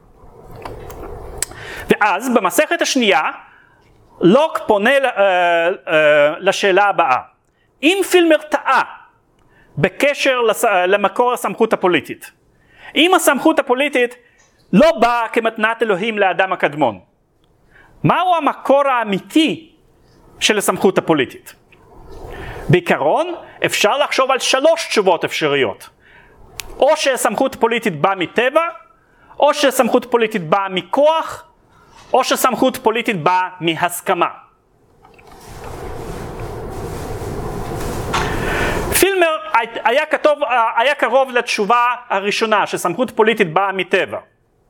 ואז במסכת השנייה, לוק פונה uh, uh, לשאלה הבאה. אם פילמר טעה בקשר לס... למקור הסמכות הפוליטית, אם הסמכות הפוליטית לא באה כמתנת אלוהים לאדם הקדמון, מהו המקור האמיתי של הסמכות הפוליטית? בעיקרון אפשר לחשוב על שלוש תשובות אפשריות. או שהסמכות פוליטית באה מטבע, או שהסמכות פוליטית באה מכוח, או שסמכות פוליטית באה מהסכמה. פילמר היה, כתוב, היה קרוב לתשובה הראשונה, שסמכות פוליטית באה מטבע.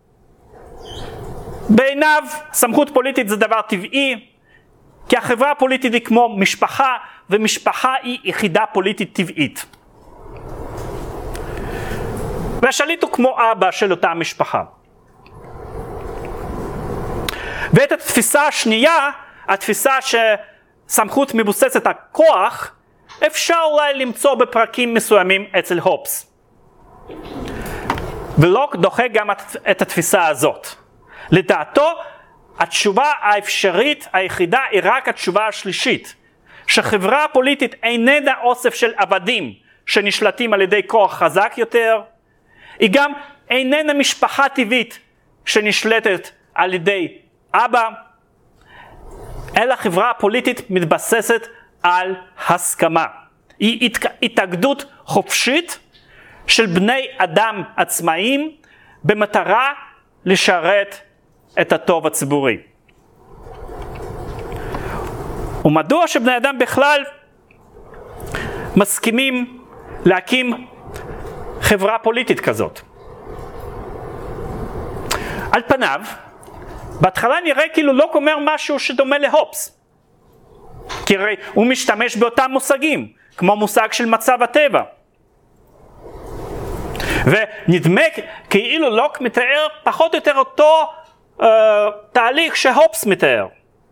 בעיניו סמכות פוליטית זה דבר טבעי, כי החברה הפוליטית היא כמו משפחה, ומשפחה היא יחידה פוליטית טבעית. והשליט הוא כמו אבא של אותה משפחה. ואת התפיסה השנייה, התפיסה שסמכות מבוססת על כוח, אפשר אולי למצוא בפרקים מסוימים אצל הופס. ולוק דוחה גם את התפיסה הזאת. לדעתו, התשובה האפשרית היחידה היא רק התשובה השלישית, שחברה פוליטית איננה אוסף של עבדים שנשלטים על ידי כוח חזק יותר, היא גם איננה משפחה טבעית שנשלטת על ידי אבא, אלא חברה פוליטית מתבססת על הסכמה. היא התאגדות חופשית של בני אדם עצמאיים במטרה לשרת את הטוב הציבורי. ומדוע שבני אדם בכלל מסכימים להקים חברה פוליטית כזאת? על פניו, בהתחלה נראה כאילו לוק אומר משהו שדומה להופס. כי הרי הוא משתמש באותם מושגים, כמו מושג של מצב הטבע. ונדמה כאילו לוק מתאר פחות או יותר אותו uh, תהליך שהופס מתאר.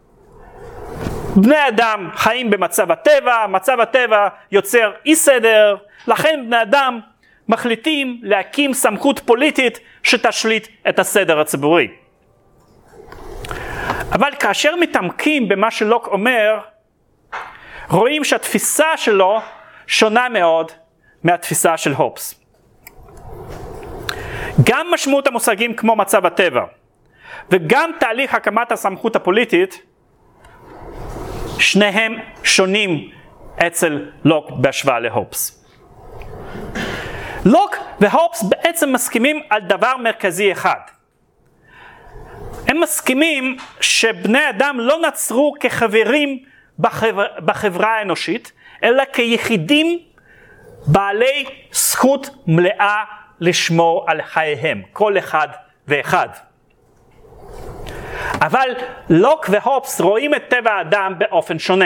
בני אדם חיים במצב הטבע, מצב הטבע יוצר אי סדר, לכן בני אדם מחליטים להקים סמכות פוליטית שתשליט את הסדר הציבורי. אבל כאשר מתעמקים במה שלוק אומר, רואים שהתפיסה שלו שונה מאוד מהתפיסה של הופס. גם משמעות המושגים כמו מצב הטבע, וגם תהליך הקמת הסמכות הפוליטית, שניהם שונים אצל לוק בהשוואה להופס. לוק והופס בעצם מסכימים על דבר מרכזי אחד. הם מסכימים שבני אדם לא נצרו כחברים בחברה, בחברה האנושית, אלא כיחידים בעלי זכות מלאה לשמור על חייהם, כל אחד ואחד. אבל לוק והופס רואים את טבע האדם באופן שונה.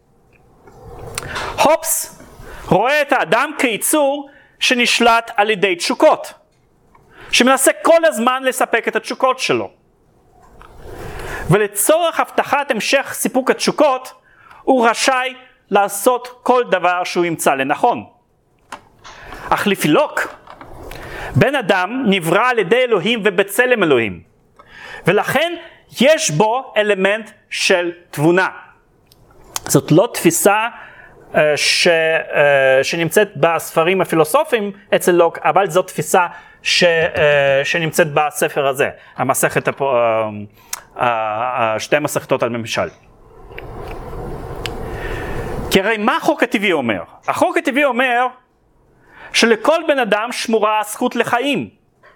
הופס רואה את האדם כיצור שנשלט על ידי תשוקות, שמנסה כל הזמן לספק את התשוקות שלו. ולצורך הבטחת המשך סיפוק התשוקות, הוא רשאי לעשות כל דבר שהוא ימצא לנכון. אך לפי לוק, בן אדם נברא על ידי אלוהים ובצלם אלוהים, ולכן יש בו אלמנט של תבונה. זאת לא תפיסה uh, ש, uh, שנמצאת בספרים הפילוסופיים אצל לוק, אבל זאת תפיסה ש, uh, שנמצאת בספר הזה, המסכת, uh, uh, uh, שתי מסכתות על ממשל. כי הרי מה החוק הטבעי אומר? החוק הטבעי אומר שלכל בן אדם שמורה הזכות לחיים.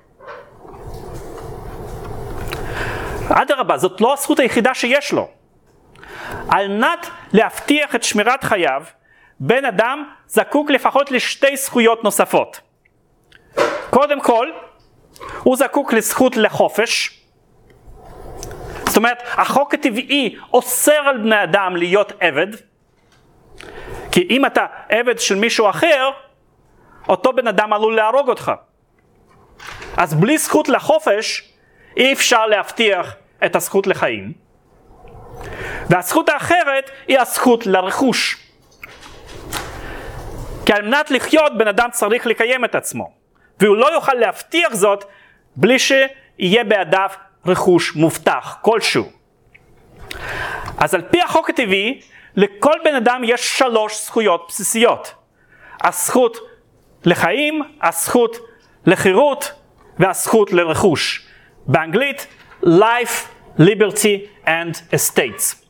אדרבה, זאת לא הזכות היחידה שיש לו. על מנת להבטיח את שמירת חייו, בן אדם זקוק לפחות לשתי זכויות נוספות. קודם כל, הוא זקוק לזכות לחופש. זאת אומרת, החוק הטבעי אוסר על בני אדם להיות עבד. כי אם אתה עבד של מישהו אחר, אותו בן אדם עלול להרוג אותך. אז בלי זכות לחופש, אי אפשר להבטיח את הזכות לחיים. והזכות האחרת היא הזכות לרכוש. כי על מנת לחיות בן אדם צריך לקיים את עצמו. והוא לא יוכל להבטיח זאת בלי שיהיה בידיו רכוש מובטח כלשהו. אז על פי החוק הטבעי, לכל בן אדם יש שלוש זכויות בסיסיות. הזכות לחיים, הזכות לחירות והזכות לרכוש. באנגלית, life, liberty and estates.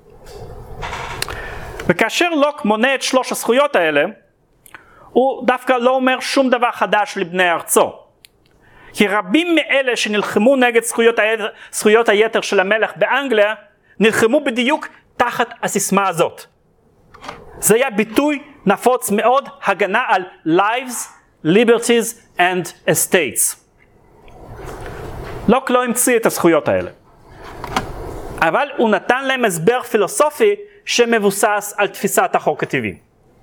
וכאשר לוק מונה את שלוש הזכויות האלה, הוא דווקא לא אומר שום דבר חדש לבני ארצו. כי רבים מאלה שנלחמו נגד זכויות היתר, זכויות היתר של המלך באנגליה, נלחמו בדיוק תחת הסיסמה הזאת. זה היה ביטוי נפוץ מאוד, הגנה על lives, liberties and estates. לוק לא המציא את הזכויות האלה. אבל הוא נתן להם הסבר פילוסופי שמבוסס על תפיסת החוק הטבעי.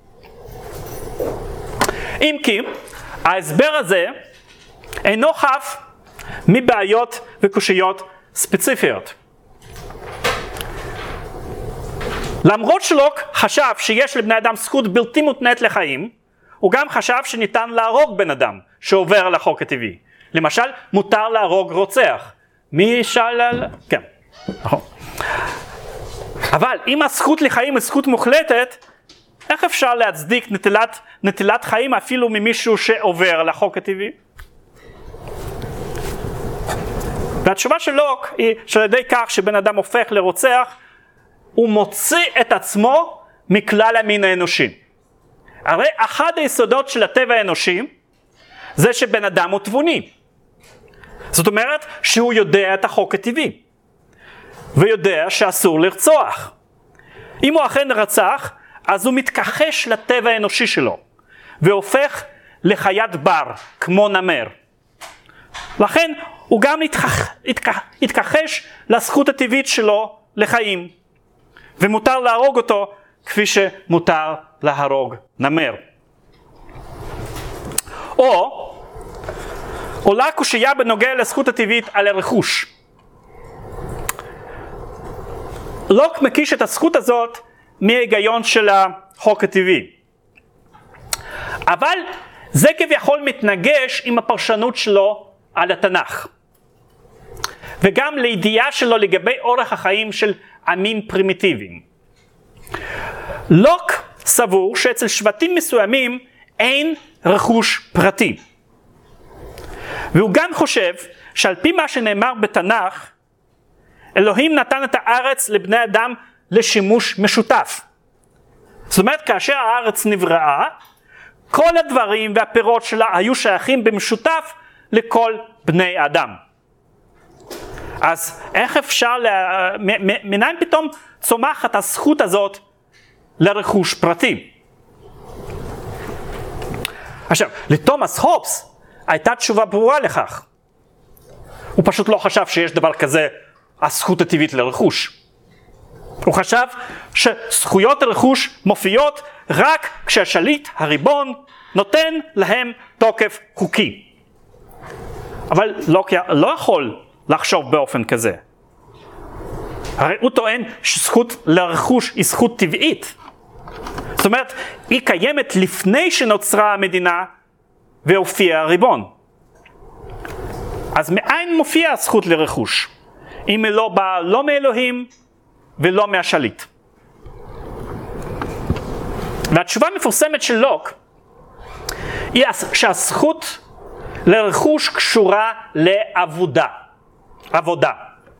אם כי, ההסבר הזה אינו חף מבעיות וקושיות ספציפיות. למרות שלוק חשב שיש לבני אדם זכות בלתי מותנית לחיים, הוא גם חשב שניתן להרוג בן אדם שעובר על החוק הטבעי. למשל, מותר להרוג רוצח. מי שאל? כן, נכון. אבל אם הזכות לחיים היא זכות מוחלטת, איך אפשר להצדיק נטילת, נטילת חיים אפילו ממישהו שעובר על החוק הטבעי? והתשובה של לוק היא שעל ידי כך שבן אדם הופך לרוצח, הוא מוציא את עצמו מכלל המין האנושי. הרי אחד היסודות של הטבע האנושי זה שבן אדם הוא תבוני. זאת אומרת שהוא יודע את החוק הטבעי ויודע שאסור לרצוח. אם הוא אכן רצח, אז הוא מתכחש לטבע האנושי שלו והופך לחיית בר כמו נמר. לכן הוא גם התכח, התכח, התכחש לזכות הטבעית שלו לחיים, ומותר להרוג אותו כפי שמותר להרוג נמר. או עולה קושיה בנוגע לזכות הטבעית על הרכוש. לוק מקיש את הזכות הזאת מההיגיון של החוק הטבעי. אבל זה כביכול מתנגש עם הפרשנות שלו על התנ"ך. וגם לידיעה שלו לגבי אורח החיים של עמים פרימיטיביים. לוק סבור שאצל שבטים מסוימים אין רכוש פרטי. והוא גם חושב שעל פי מה שנאמר בתנ"ך, אלוהים נתן את הארץ לבני אדם לשימוש משותף. זאת אומרת, כאשר הארץ נבראה, כל הדברים והפירות שלה היו שייכים במשותף לכל בני אדם. אז איך אפשר, לה... מניין פתאום צומחת הזכות הזאת לרכוש פרטי? עכשיו, לתומאס הובס הייתה תשובה ברורה לכך. הוא פשוט לא חשב שיש דבר כזה, הזכות הטבעית לרכוש. הוא חשב שזכויות הרכוש מופיעות רק כשהשליט, הריבון, נותן להם תוקף חוקי. אבל לא, לא יכול לחשוב באופן כזה. הרי הוא טוען שזכות לרכוש היא זכות טבעית. זאת אומרת, היא קיימת לפני שנוצרה המדינה והופיע הריבון. אז מאין מופיעה הזכות לרכוש? אם היא לא באה לא מאלוהים ולא מהשליט. והתשובה המפורסמת של לוק היא שהזכות לרכוש קשורה לעבודה. עבודה.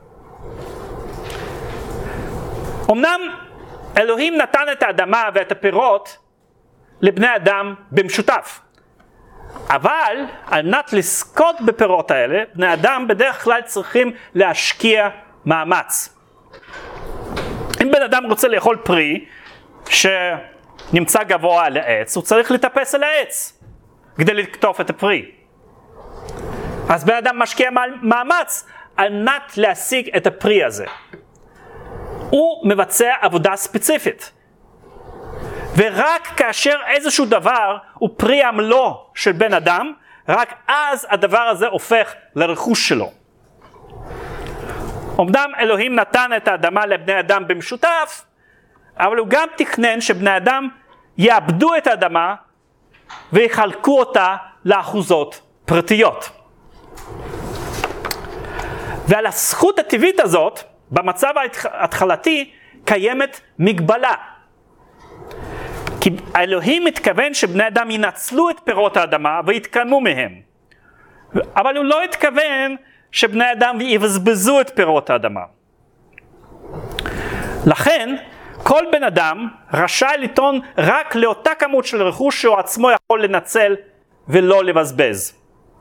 אמנם אלוהים נתן את האדמה ואת הפירות לבני אדם במשותף. אבל על מנת לזכות בפירות האלה, בני אדם בדרך כלל צריכים להשקיע מאמץ. אם בן אדם רוצה לאכול פרי שנמצא גבוה על העץ, הוא צריך לטפס על העץ כדי לקטוף את הפרי. אז בן אדם משקיע מאמץ על מנת להשיג את הפרי הזה. הוא מבצע עבודה ספציפית. ורק כאשר איזשהו דבר הוא פרי עמלו של בן אדם, רק אז הדבר הזה הופך לרכוש שלו. אמנם אלוהים נתן את האדמה לבני אדם במשותף, אבל הוא גם תכנן שבני אדם יאבדו את האדמה ויחלקו אותה לאחוזות פרטיות. ועל הזכות הטבעית הזאת, במצב ההתחלתי, קיימת מגבלה. כי האלוהים מתכוון שבני אדם ינצלו את פירות האדמה ויתקיימו מהם. אבל הוא לא התכוון שבני אדם יבזבזו את פירות האדמה. לכן, כל בן אדם רשאי לטעון רק לאותה כמות של רכוש שהוא עצמו יכול לנצל ולא לבזבז.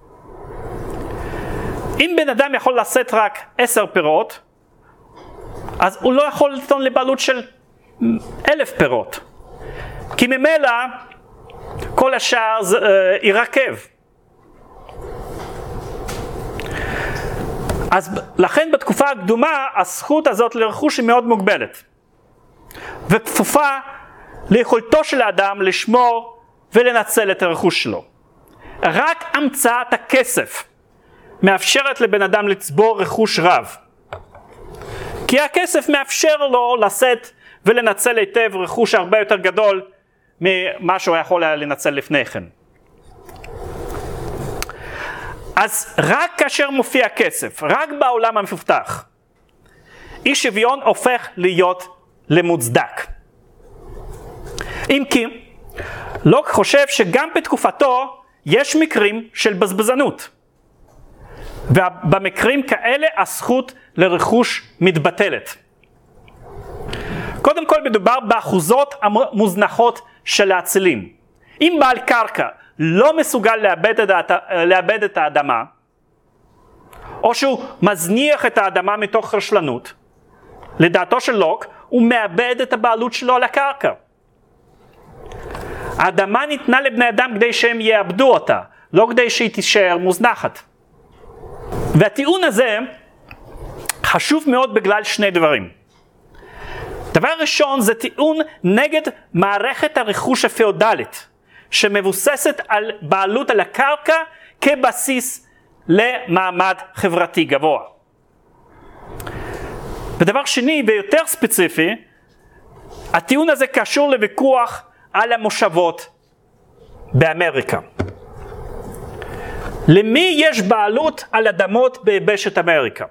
אם בן אדם יכול לשאת רק עשר פירות, אז הוא לא יכול לטעון לבעלות של אלף פירות. כי ממילא כל השאר uh, ירקב. אז לכן בתקופה הקדומה הזכות הזאת לרכוש היא מאוד מוגבלת. וכפופה ליכולתו של האדם לשמור ולנצל את הרכוש שלו. רק המצאת הכסף מאפשרת לבן אדם לצבור רכוש רב. כי הכסף מאפשר לו לשאת ולנצל היטב רכוש הרבה יותר גדול ממה שהוא יכול היה לנצל לפני כן. אז רק כאשר מופיע כסף, רק בעולם המפותח, אי שוויון הופך להיות למוצדק. אם כי, לוק חושב שגם בתקופתו יש מקרים של בזבזנות. ובמקרים כאלה הזכות לרכוש מתבטלת. קודם כל מדובר באחוזות המוזנחות של האצילים. אם בעל קרקע לא מסוגל לאבד את, הת... לאבד את האדמה, או שהוא מזניח את האדמה מתוך רשלנות, לדעתו של לוק, הוא מאבד את הבעלות שלו על הקרקע. האדמה ניתנה לבני אדם כדי שהם יאבדו אותה, לא כדי שהיא תישאר מוזנחת. והטיעון הזה חשוב מאוד בגלל שני דברים. דבר ראשון זה טיעון נגד מערכת הרכוש הפיאודלית, שמבוססת על בעלות על הקרקע כבסיס למעמד חברתי גבוה. ודבר שני ויותר ספציפי, הטיעון הזה קשור לוויכוח על המושבות באמריקה. למי יש בעלות על אדמות ביבשת אמריקה?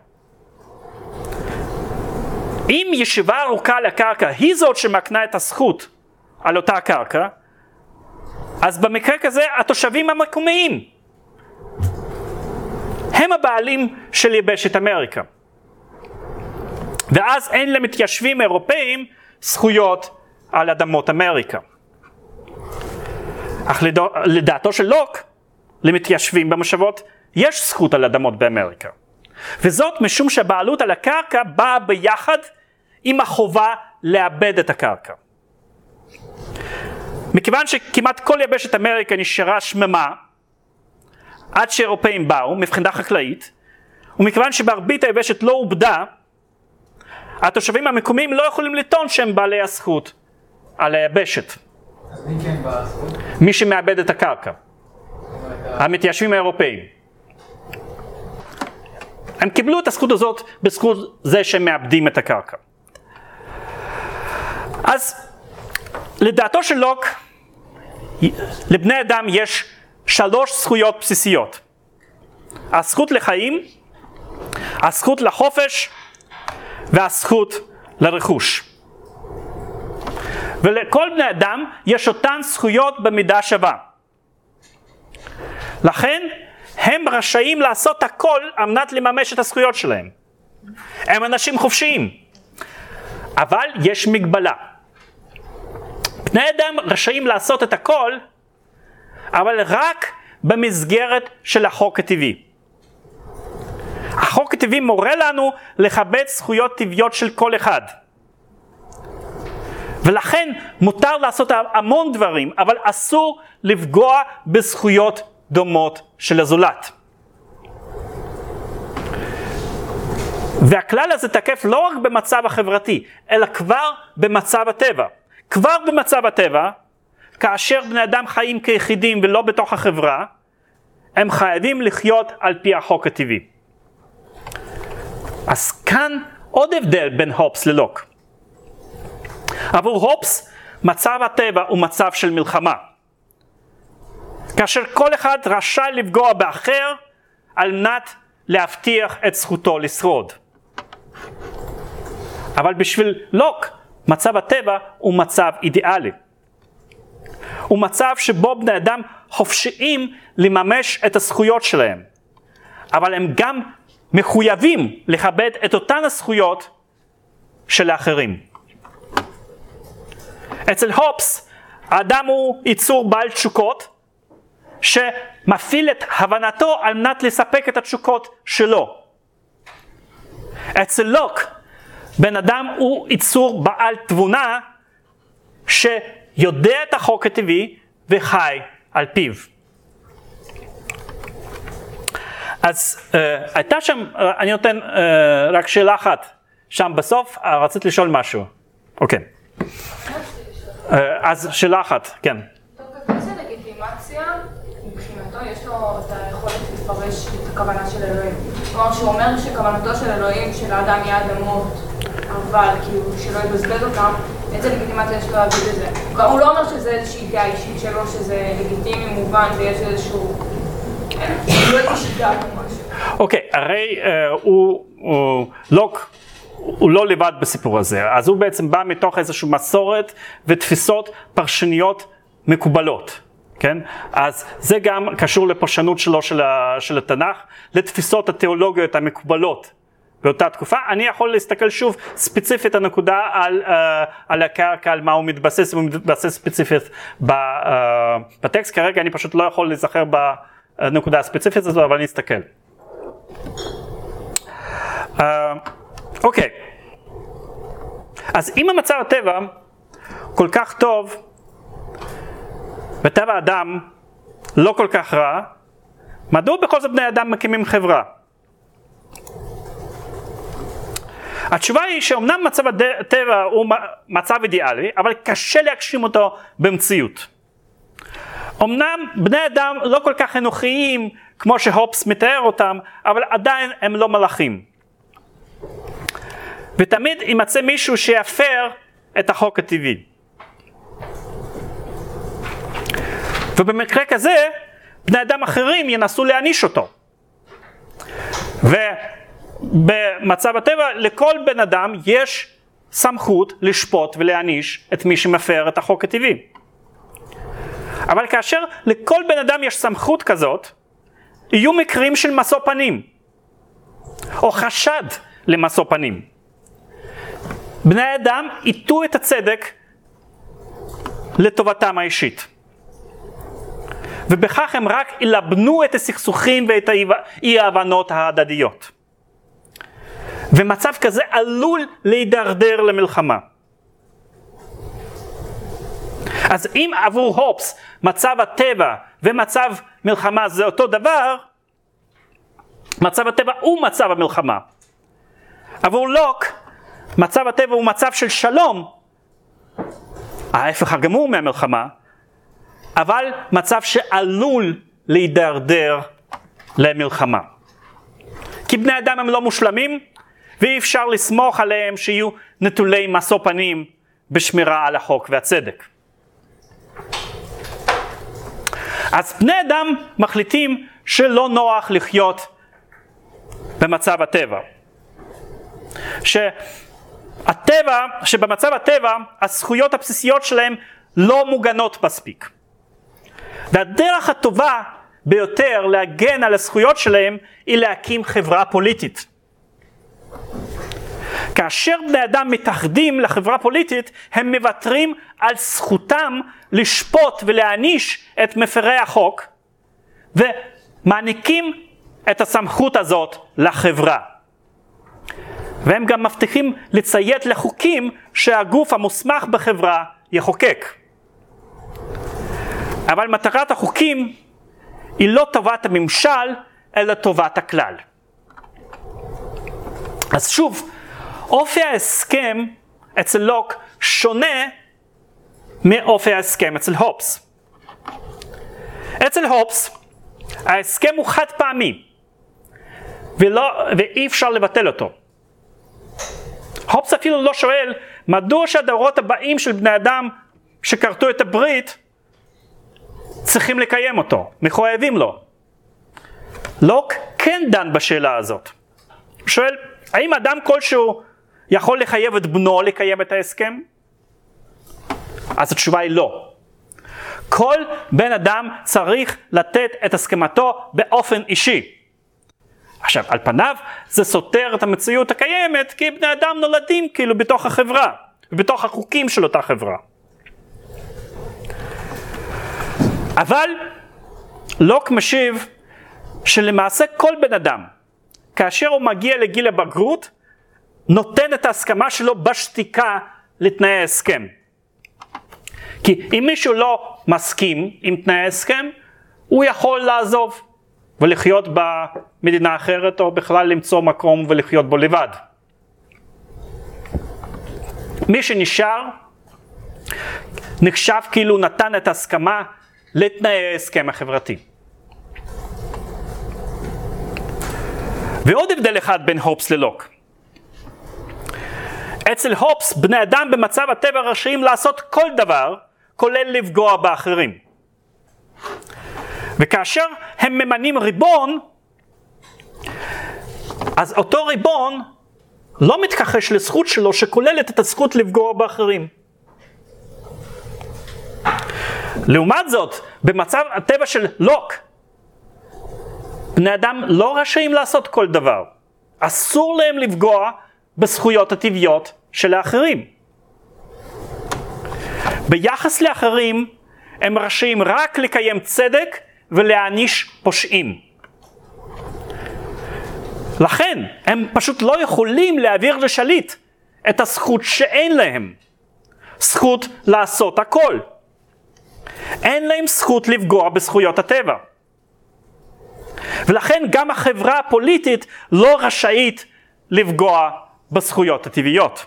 אם ישיבה ארוכה על הקרקע היא זאת שמקנה את הזכות על אותה הקרקע, אז במקרה כזה התושבים המקומיים הם הבעלים של יבשת אמריקה. ואז אין למתיישבים אירופאים זכויות על אדמות אמריקה. אך לדעתו של לוק, למתיישבים במושבות יש זכות על אדמות באמריקה. וזאת משום שהבעלות על הקרקע באה ביחד עם החובה לאבד את הקרקע. מכיוון שכמעט כל יבשת אמריקה נשארה שממה, עד שאירופאים באו, מבחינה חקלאית, ומכיוון שמרבית היבשת לא עובדה, התושבים המקומיים לא יכולים לטעון שהם בעלי הזכות על היבשת. אז מי כן בעל הזכות? מי שמאבד את הקרקע. המתיישבים האירופאים. הם קיבלו את הזכות הזאת בזכות זה שהם מאבדים את הקרקע. אז לדעתו של לוק, לבני אדם יש שלוש זכויות בסיסיות. הזכות לחיים, הזכות לחופש והזכות לרכוש. ולכל בני אדם יש אותן זכויות במידה שווה. לכן הם רשאים לעשות הכל על מנת לממש את הזכויות שלהם. הם אנשים חופשיים. אבל יש מגבלה. בני אדם רשאים לעשות את הכל, אבל רק במסגרת של החוק הטבעי. החוק הטבעי מורה לנו לכבד זכויות טבעיות של כל אחד. ולכן מותר לעשות המון דברים, אבל אסור לפגוע בזכויות דומות של הזולת. והכלל הזה תקף לא רק במצב החברתי, אלא כבר במצב הטבע. כבר במצב הטבע, כאשר בני אדם חיים כיחידים ולא בתוך החברה, הם חייבים לחיות על פי החוק הטבעי. אז כאן עוד הבדל בין הופס ללוק. עבור הופס, מצב הטבע הוא מצב של מלחמה. כאשר כל אחד רשאי לפגוע באחר על מנת להבטיח את זכותו לשרוד. אבל בשביל לוק, מצב הטבע הוא מצב אידיאלי. הוא מצב שבו בני אדם חופשיים לממש את הזכויות שלהם. אבל הם גם מחויבים לכבד את אותן הזכויות של האחרים. אצל הופס, האדם הוא יצור בעל תשוקות, שמפעיל את הבנתו על מנת לספק את התשוקות שלו. אצל לוק, בן אדם הוא יצור בעל תבונה, שיודע את החוק הטבעי וחי על פיו. אז uh, הייתה שם, uh, אני נותן uh, רק שאלה אחת, שם בסוף, uh, רצית לשאול משהו. אוקיי. Okay. Uh, אז שאלה אחת, כן. טוב, איזה לגיטימציה, מבחינתו, יש לו את היכולת לפרש את הכוונה של אלוהים. כלומר, שהוא אומר שכוונתו של אלוהים, של האדם יהיה אדמות, אבל כאילו שלא יבזבז אותם, איזה לגיטימציה יש לו להגיד את זה. הוא לא אומר שזה איזושהי דעה אישית שלו, שזה לגיטימי, מובן, ויש איזשהו... לא איזושהי דעה או משהו. אוקיי, הרי הוא לוק, הוא לא לבד בסיפור הזה, אז הוא בעצם בא מתוך איזושהי מסורת ותפיסות פרשניות מקובלות. כן? אז זה גם קשור לפרשנות שלו של, של התנ"ך, לתפיסות התיאולוגיות המקובלות באותה תקופה. אני יכול להסתכל שוב ספציפית הנקודה על, uh, על הקרקע, על מה הוא מתבסס, הוא מתבסס ספציפית ב, uh, בטקסט. כרגע אני פשוט לא יכול להיזכר בנקודה הספציפית הזו, אבל אני אסתכל. Uh, אוקיי. אז אם המצב הטבע כל כך טוב, וטבע האדם לא כל כך רע, מדוע בכל זאת בני אדם מקימים חברה? התשובה היא שאומנם מצב הטבע הוא מצב אידיאלי, אבל קשה להגשים אותו במציאות. אומנם בני אדם לא כל כך אנוכיים כמו שהופס מתאר אותם, אבל עדיין הם לא מלאכים. ותמיד יימצא מישהו שיפר את החוק הטבעי. ובמקרה כזה, בני אדם אחרים ינסו להעניש אותו. ובמצב הטבע, לכל בן אדם יש סמכות לשפוט ולהעניש את מי שמפר את החוק הטבעי. אבל כאשר לכל בן אדם יש סמכות כזאת, יהיו מקרים של משוא פנים, או חשד למשוא פנים. בני אדם ייתו את הצדק לטובתם האישית. ובכך הם רק ילבנו את הסכסוכים ואת האי ההבנות ההדדיות. ומצב כזה עלול להידרדר למלחמה. אז אם עבור הופס מצב הטבע ומצב מלחמה זה אותו דבר, מצב הטבע הוא מצב המלחמה. עבור לוק מצב הטבע הוא מצב של שלום, ההפך הגמור מהמלחמה, אבל מצב שעלול להידרדר למלחמה. כי בני אדם הם לא מושלמים, ואי אפשר לסמוך עליהם שיהיו נטולי משוא פנים בשמירה על החוק והצדק. אז בני אדם מחליטים שלא נוח לחיות במצב הטבע. שהטבע, שבמצב הטבע הזכויות הבסיסיות שלהם לא מוגנות מספיק. והדרך הטובה ביותר להגן על הזכויות שלהם היא להקים חברה פוליטית. כאשר בני אדם מתאחדים לחברה פוליטית, הם מוותרים על זכותם לשפוט ולהעניש את מפרי החוק, ומעניקים את הסמכות הזאת לחברה. והם גם מבטיחים לציית לחוקים שהגוף המוסמך בחברה יחוקק. אבל מטרת החוקים היא לא טובת הממשל, אלא טובת הכלל. אז שוב, אופי ההסכם אצל לוק שונה מאופי ההסכם אצל הופס. אצל הופס ההסכם הוא חד פעמי, ולא, ואי אפשר לבטל אותו. הופס אפילו לא שואל מדוע שהדורות הבאים של בני אדם שכרתו את הברית צריכים לקיים אותו, מחויבים לו. לוק כן דן בשאלה הזאת. הוא שואל, האם אדם כלשהו יכול לחייב את בנו לקיים את ההסכם? אז התשובה היא לא. כל בן אדם צריך לתת את הסכמתו באופן אישי. עכשיו, על פניו זה סותר את המציאות הקיימת, כי בני אדם נולדים כאילו בתוך החברה, ובתוך החוקים של אותה חברה. אבל לוק משיב שלמעשה כל בן אדם, כאשר הוא מגיע לגיל הבגרות, נותן את ההסכמה שלו בשתיקה לתנאי ההסכם. כי אם מישהו לא מסכים עם תנאי ההסכם, הוא יכול לעזוב ולחיות במדינה אחרת, או בכלל למצוא מקום ולחיות בו לבד. מי שנשאר נחשב כאילו נתן את ההסכמה לתנאי ההסכם החברתי. ועוד הבדל אחד בין הופס ללוק. אצל הופס בני אדם במצב הטבע רשאים לעשות כל דבר, כולל לפגוע באחרים. וכאשר הם ממנים ריבון, אז אותו ריבון לא מתכחש לזכות שלו שכוללת את הזכות לפגוע באחרים. לעומת זאת, במצב הטבע של לוק, בני אדם לא רשאים לעשות כל דבר. אסור להם לפגוע בזכויות הטבעיות של האחרים. ביחס לאחרים, הם רשאים רק לקיים צדק ולהעניש פושעים. לכן, הם פשוט לא יכולים להעביר לשליט את הזכות שאין להם. זכות לעשות הכל. אין להם זכות לפגוע בזכויות הטבע. ולכן גם החברה הפוליטית לא רשאית לפגוע בזכויות הטבעיות.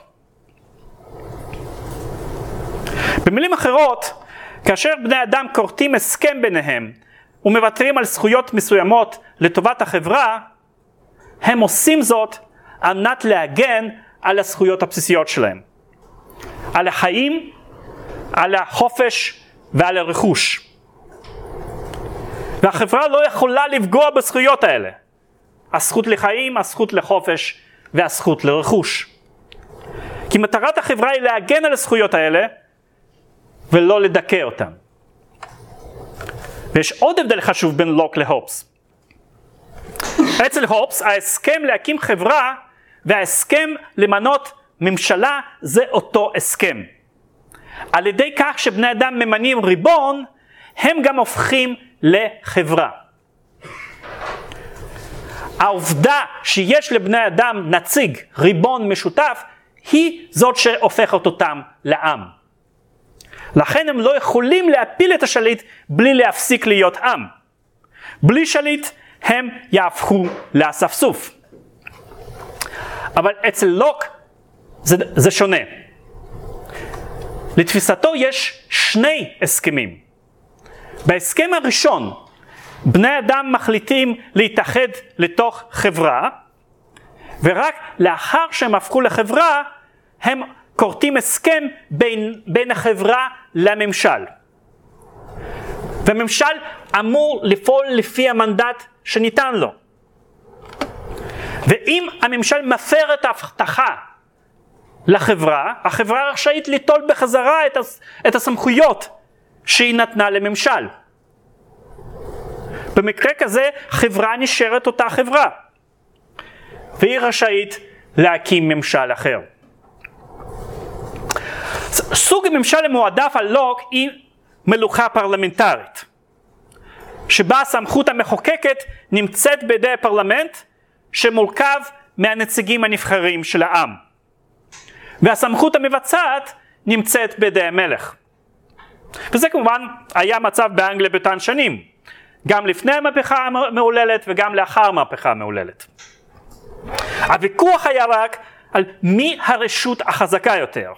במילים אחרות, כאשר בני אדם כורתים הסכם ביניהם ומוותרים על זכויות מסוימות לטובת החברה, הם עושים זאת על מנת להגן על הזכויות הבסיסיות שלהם. על החיים, על החופש ועל הרכוש. והחברה לא יכולה לפגוע בזכויות האלה. הזכות לחיים, הזכות לחופש והזכות לרכוש. כי מטרת החברה היא להגן על הזכויות האלה ולא לדכא אותן. ויש עוד הבדל חשוב בין לוק להופס. אצל הופס ההסכם להקים חברה וההסכם למנות ממשלה זה אותו הסכם. על ידי כך שבני אדם ממנים ריבון, הם גם הופכים לחברה. העובדה שיש לבני אדם נציג, ריבון משותף, היא זאת שהופכת אותם לעם. לכן הם לא יכולים להפיל את השליט בלי להפסיק להיות עם. בלי שליט הם יהפכו לאספסוף. אבל אצל לוק זה, זה שונה. לתפיסתו יש שני הסכמים. בהסכם הראשון, בני אדם מחליטים להתאחד לתוך חברה, ורק לאחר שהם הפכו לחברה, הם כורתים הסכם בין, בין החברה לממשל. והממשל אמור לפעול לפי המנדט שניתן לו. ואם הממשל מפר את ההבטחה לחברה, החברה רשאית ליטול בחזרה את, הס, את הסמכויות שהיא נתנה לממשל. במקרה כזה, חברה נשארת אותה חברה. והיא רשאית להקים ממשל אחר. סוג הממשל המועדף על לוק היא מלוכה פרלמנטרית, שבה הסמכות המחוקקת נמצאת בידי הפרלמנט, שמורכב מהנציגים הנבחרים של העם. והסמכות המבצעת נמצאת בידי המלך. וזה כמובן היה מצב באנגליה באותן שנים, גם לפני המהפכה המהוללת וגם לאחר המהפכה המהוללת. הוויכוח היה רק על מי הרשות החזקה יותר.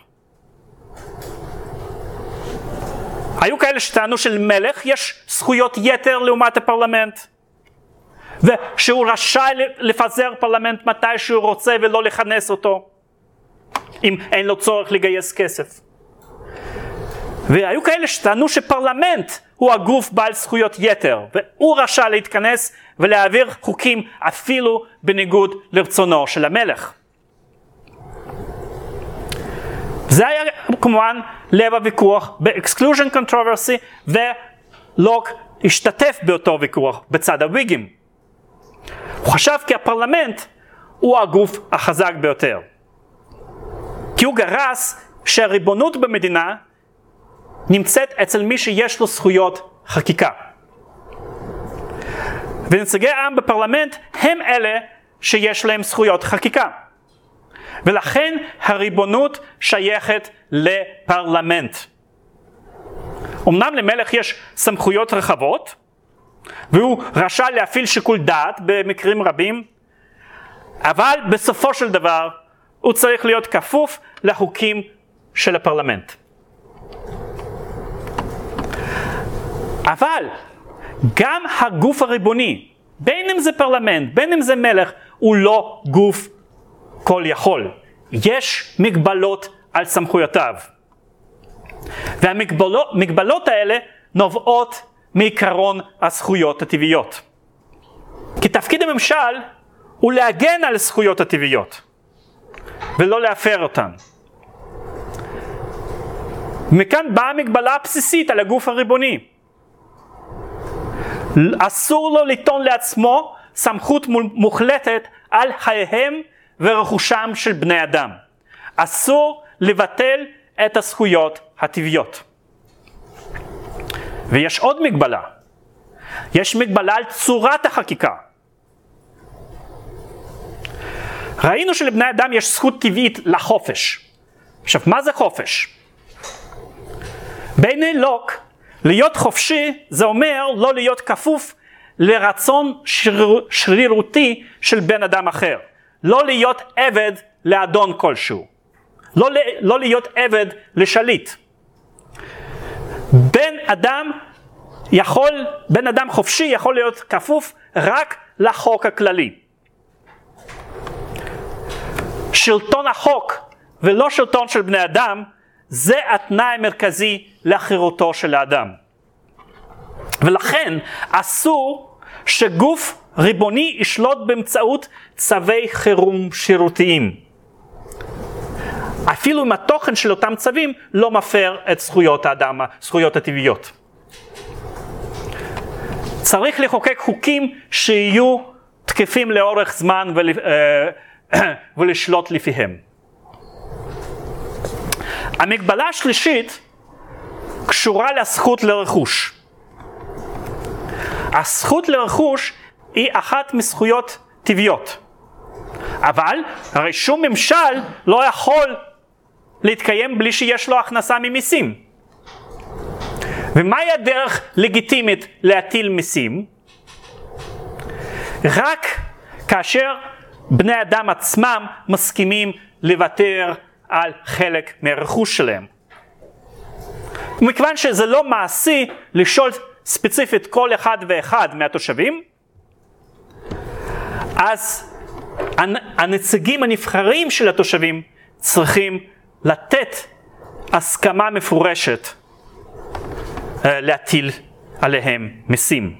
היו כאלה שטענו שלמלך יש זכויות יתר לעומת הפרלמנט, ושהוא רשאי לפזר פרלמנט מתי שהוא רוצה ולא לכנס אותו, אם אין לו צורך לגייס כסף. והיו כאלה שטענו שפרלמנט הוא הגוף בעל זכויות יתר, והוא רשאי להתכנס ולהעביר חוקים אפילו בניגוד לרצונו של המלך. זה היה כמובן לב הוויכוח ב-exclusion controversy, ולוק השתתף באותו ויכוח בצד הוויגים. הוא חשב כי הפרלמנט הוא הגוף החזק ביותר. כי הוא גרס שהריבונות במדינה נמצאת אצל מי שיש לו זכויות חקיקה. ונציגי העם בפרלמנט הם אלה שיש להם זכויות חקיקה. ולכן הריבונות שייכת לפרלמנט. אמנם למלך יש סמכויות רחבות, והוא רשאי להפעיל שיקול דעת במקרים רבים, אבל בסופו של דבר הוא צריך להיות כפוף לחוקים של הפרלמנט. אבל גם הגוף הריבוני, בין אם זה פרלמנט, בין אם זה מלך, הוא לא גוף כל יכול. יש מגבלות על סמכויותיו. והמגבלות האלה נובעות מעיקרון הזכויות הטבעיות. כי תפקיד הממשל הוא להגן על הזכויות הטבעיות, ולא להפר אותן. מכאן באה המגבלה הבסיסית על הגוף הריבוני. אסור לו ליטול לעצמו סמכות מוחלטת על חייהם ורכושם של בני אדם. אסור לבטל את הזכויות הטבעיות. ויש עוד מגבלה. יש מגבלה על צורת החקיקה. ראינו שלבני אדם יש זכות טבעית לחופש. עכשיו, מה זה חופש? בעיני לוק, להיות חופשי זה אומר לא להיות כפוף לרצון שריר, שרירותי של בן אדם אחר. לא להיות עבד לאדון כלשהו. לא, לא להיות עבד לשליט. בן אדם יכול, בן אדם חופשי יכול להיות כפוף רק לחוק הכללי. שלטון החוק ולא שלטון של בני אדם, זה התנאי המרכזי לחירותו של האדם. ולכן אסור שגוף ריבוני ישלוט באמצעות צווי חירום שירותיים. אפילו אם התוכן של אותם צווים לא מפר את זכויות האדם, זכויות הטבעיות. צריך לחוקק חוקים שיהיו תקפים לאורך זמן ול, ולשלוט לפיהם. המגבלה השלישית קשורה לזכות לרכוש. הזכות לרכוש היא אחת מזכויות טבעיות. אבל הרי שום ממשל לא יכול להתקיים בלי שיש לו הכנסה ממיסים. ומהי הדרך לגיטימית להטיל מיסים? רק כאשר בני אדם עצמם מסכימים לוותר על חלק מהרכוש שלהם. ומכיוון שזה לא מעשי לשאול ספציפית כל אחד ואחד מהתושבים, אז הנציגים הנבחרים של התושבים צריכים לתת הסכמה מפורשת להטיל עליהם מיסים.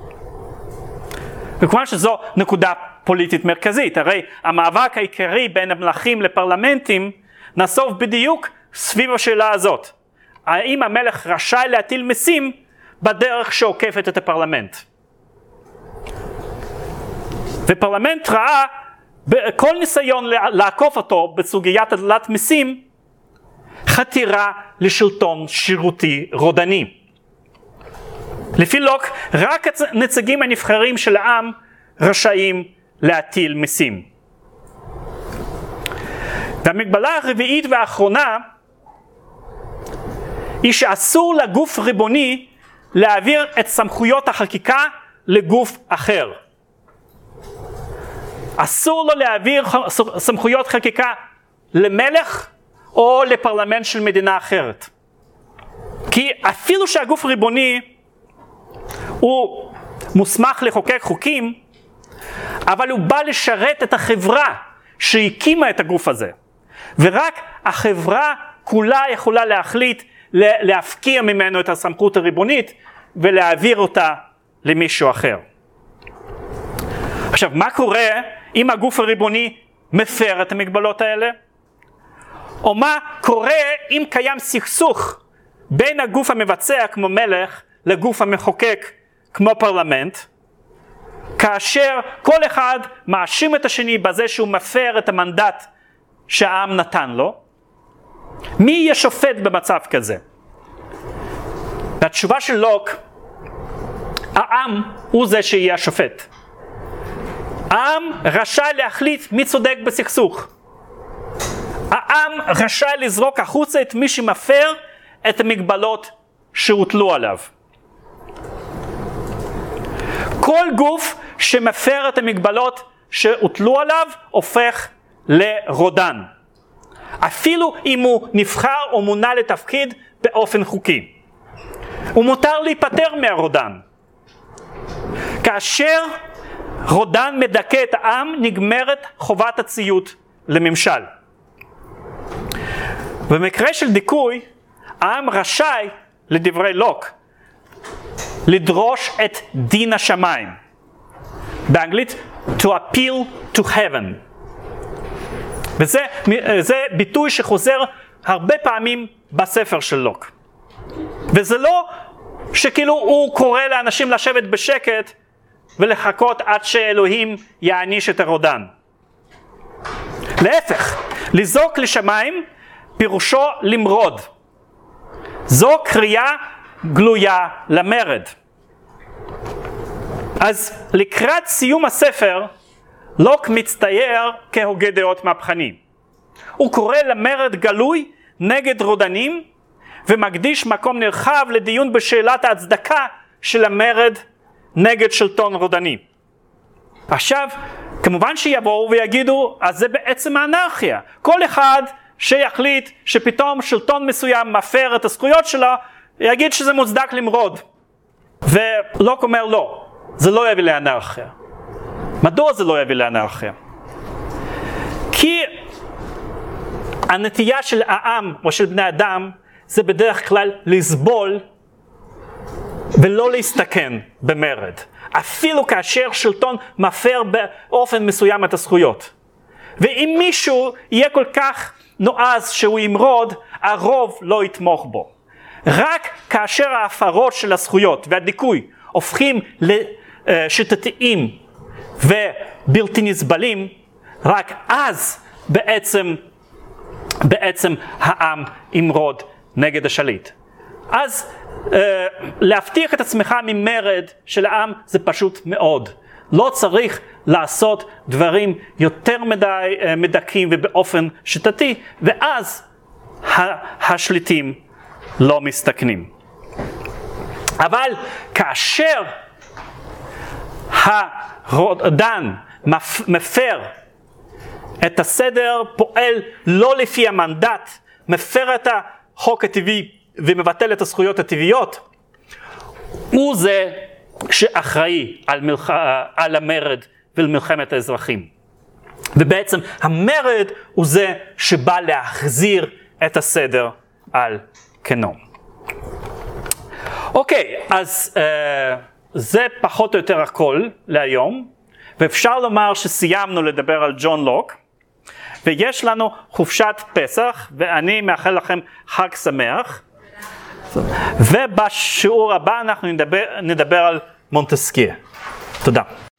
וכמובן שזו נקודה פוליטית מרכזית, הרי המאבק העיקרי בין המלכים לפרלמנטים נסוב בדיוק סביב השאלה הזאת. האם המלך רשאי להטיל מיסים בדרך שעוקפת את הפרלמנט? ופרלמנט ראה בכל ניסיון לעקוף אותו בסוגיית הטלת מיסים חתירה לשלטון שירותי רודני. לפי לוק, רק הנציגים הנבחרים של העם רשאים להטיל מיסים. והמגבלה הרביעית והאחרונה היא שאסור לגוף ריבוני להעביר את סמכויות החקיקה לגוף אחר. אסור לו להעביר סמכויות חקיקה למלך או לפרלמנט של מדינה אחרת. כי אפילו שהגוף ריבוני הוא מוסמך לחוקק חוקים, אבל הוא בא לשרת את החברה שהקימה את הגוף הזה. ורק החברה כולה יכולה להחליט להפקיע ממנו את הסמכות הריבונית ולהעביר אותה למישהו אחר. עכשיו, מה קורה אם הגוף הריבוני מפר את המגבלות האלה? או מה קורה אם קיים סכסוך בין הגוף המבצע כמו מלך לגוף המחוקק כמו פרלמנט, כאשר כל אחד מאשים את השני בזה שהוא מפר את המנדט שהעם נתן לו? מי יהיה שופט במצב כזה? והתשובה של לוק, העם הוא זה שיהיה השופט. העם רשאי להחליט מי צודק בסכסוך. העם רשאי לזרוק החוצה את מי שמפר את המגבלות שהוטלו עליו. כל גוף שמפר את המגבלות שהוטלו עליו הופך לרודן. אפילו אם הוא נבחר או מונה לתפקיד באופן חוקי. הוא מותר להיפטר מהרודן. כאשר רודן מדכא את העם, נגמרת חובת הציות לממשל. במקרה של דיכוי, העם רשאי, לדברי לוק, לדרוש את דין השמיים. באנגלית, to appeal to heaven. וזה זה ביטוי שחוזר הרבה פעמים בספר של לוק. וזה לא שכאילו הוא קורא לאנשים לשבת בשקט ולחכות עד שאלוהים יעניש את הרודן. להפך, לזעוק לשמיים פירושו למרוד. זו קריאה גלויה למרד. אז לקראת סיום הספר, לוק מצטייר כהוגה דעות מהפכני. הוא קורא למרד גלוי נגד רודנים, ומקדיש מקום נרחב לדיון בשאלת ההצדקה של המרד נגד שלטון רודני. עכשיו, כמובן שיבואו ויגידו, אז זה בעצם האנרכיה. כל אחד שיחליט שפתאום שלטון מסוים מפר את הזכויות שלו, יגיד שזה מוצדק למרוד. ולוק אומר לא, זה לא יביא לאנרכיה. מדוע זה לא יביא לאנרכיה? כי הנטייה של העם או של בני אדם זה בדרך כלל לסבול ולא להסתכן במרד. אפילו כאשר שלטון מפר באופן מסוים את הזכויות. ואם מישהו יהיה כל כך נועז שהוא ימרוד, הרוב לא יתמוך בו. רק כאשר ההפרות של הזכויות והדיכוי הופכים לשיטתיים ובלתי נסבלים, רק אז בעצם, בעצם העם ימרוד נגד השליט. אז אה, להבטיח את עצמך ממרד של העם זה פשוט מאוד. לא צריך לעשות דברים יותר מדי אה, מדכאים ובאופן שיטתי, ואז השליטים לא מסתכנים. אבל כאשר הרודן מפר את הסדר, פועל לא לפי המנדט, מפר את החוק הטבעי ומבטל את הזכויות הטבעיות, הוא זה שאחראי על, מלח... על המרד ולמלחמת האזרחים. ובעצם המרד הוא זה שבא להחזיר את הסדר על כנו. אוקיי, אז אה, זה פחות או יותר הכל להיום, ואפשר לומר שסיימנו לדבר על ג'ון לוק, ויש לנו חופשת פסח, ואני מאחל לכם חג שמח, ובשיעור הבא אנחנו נדבר, נדבר על מונטסקיה. תודה.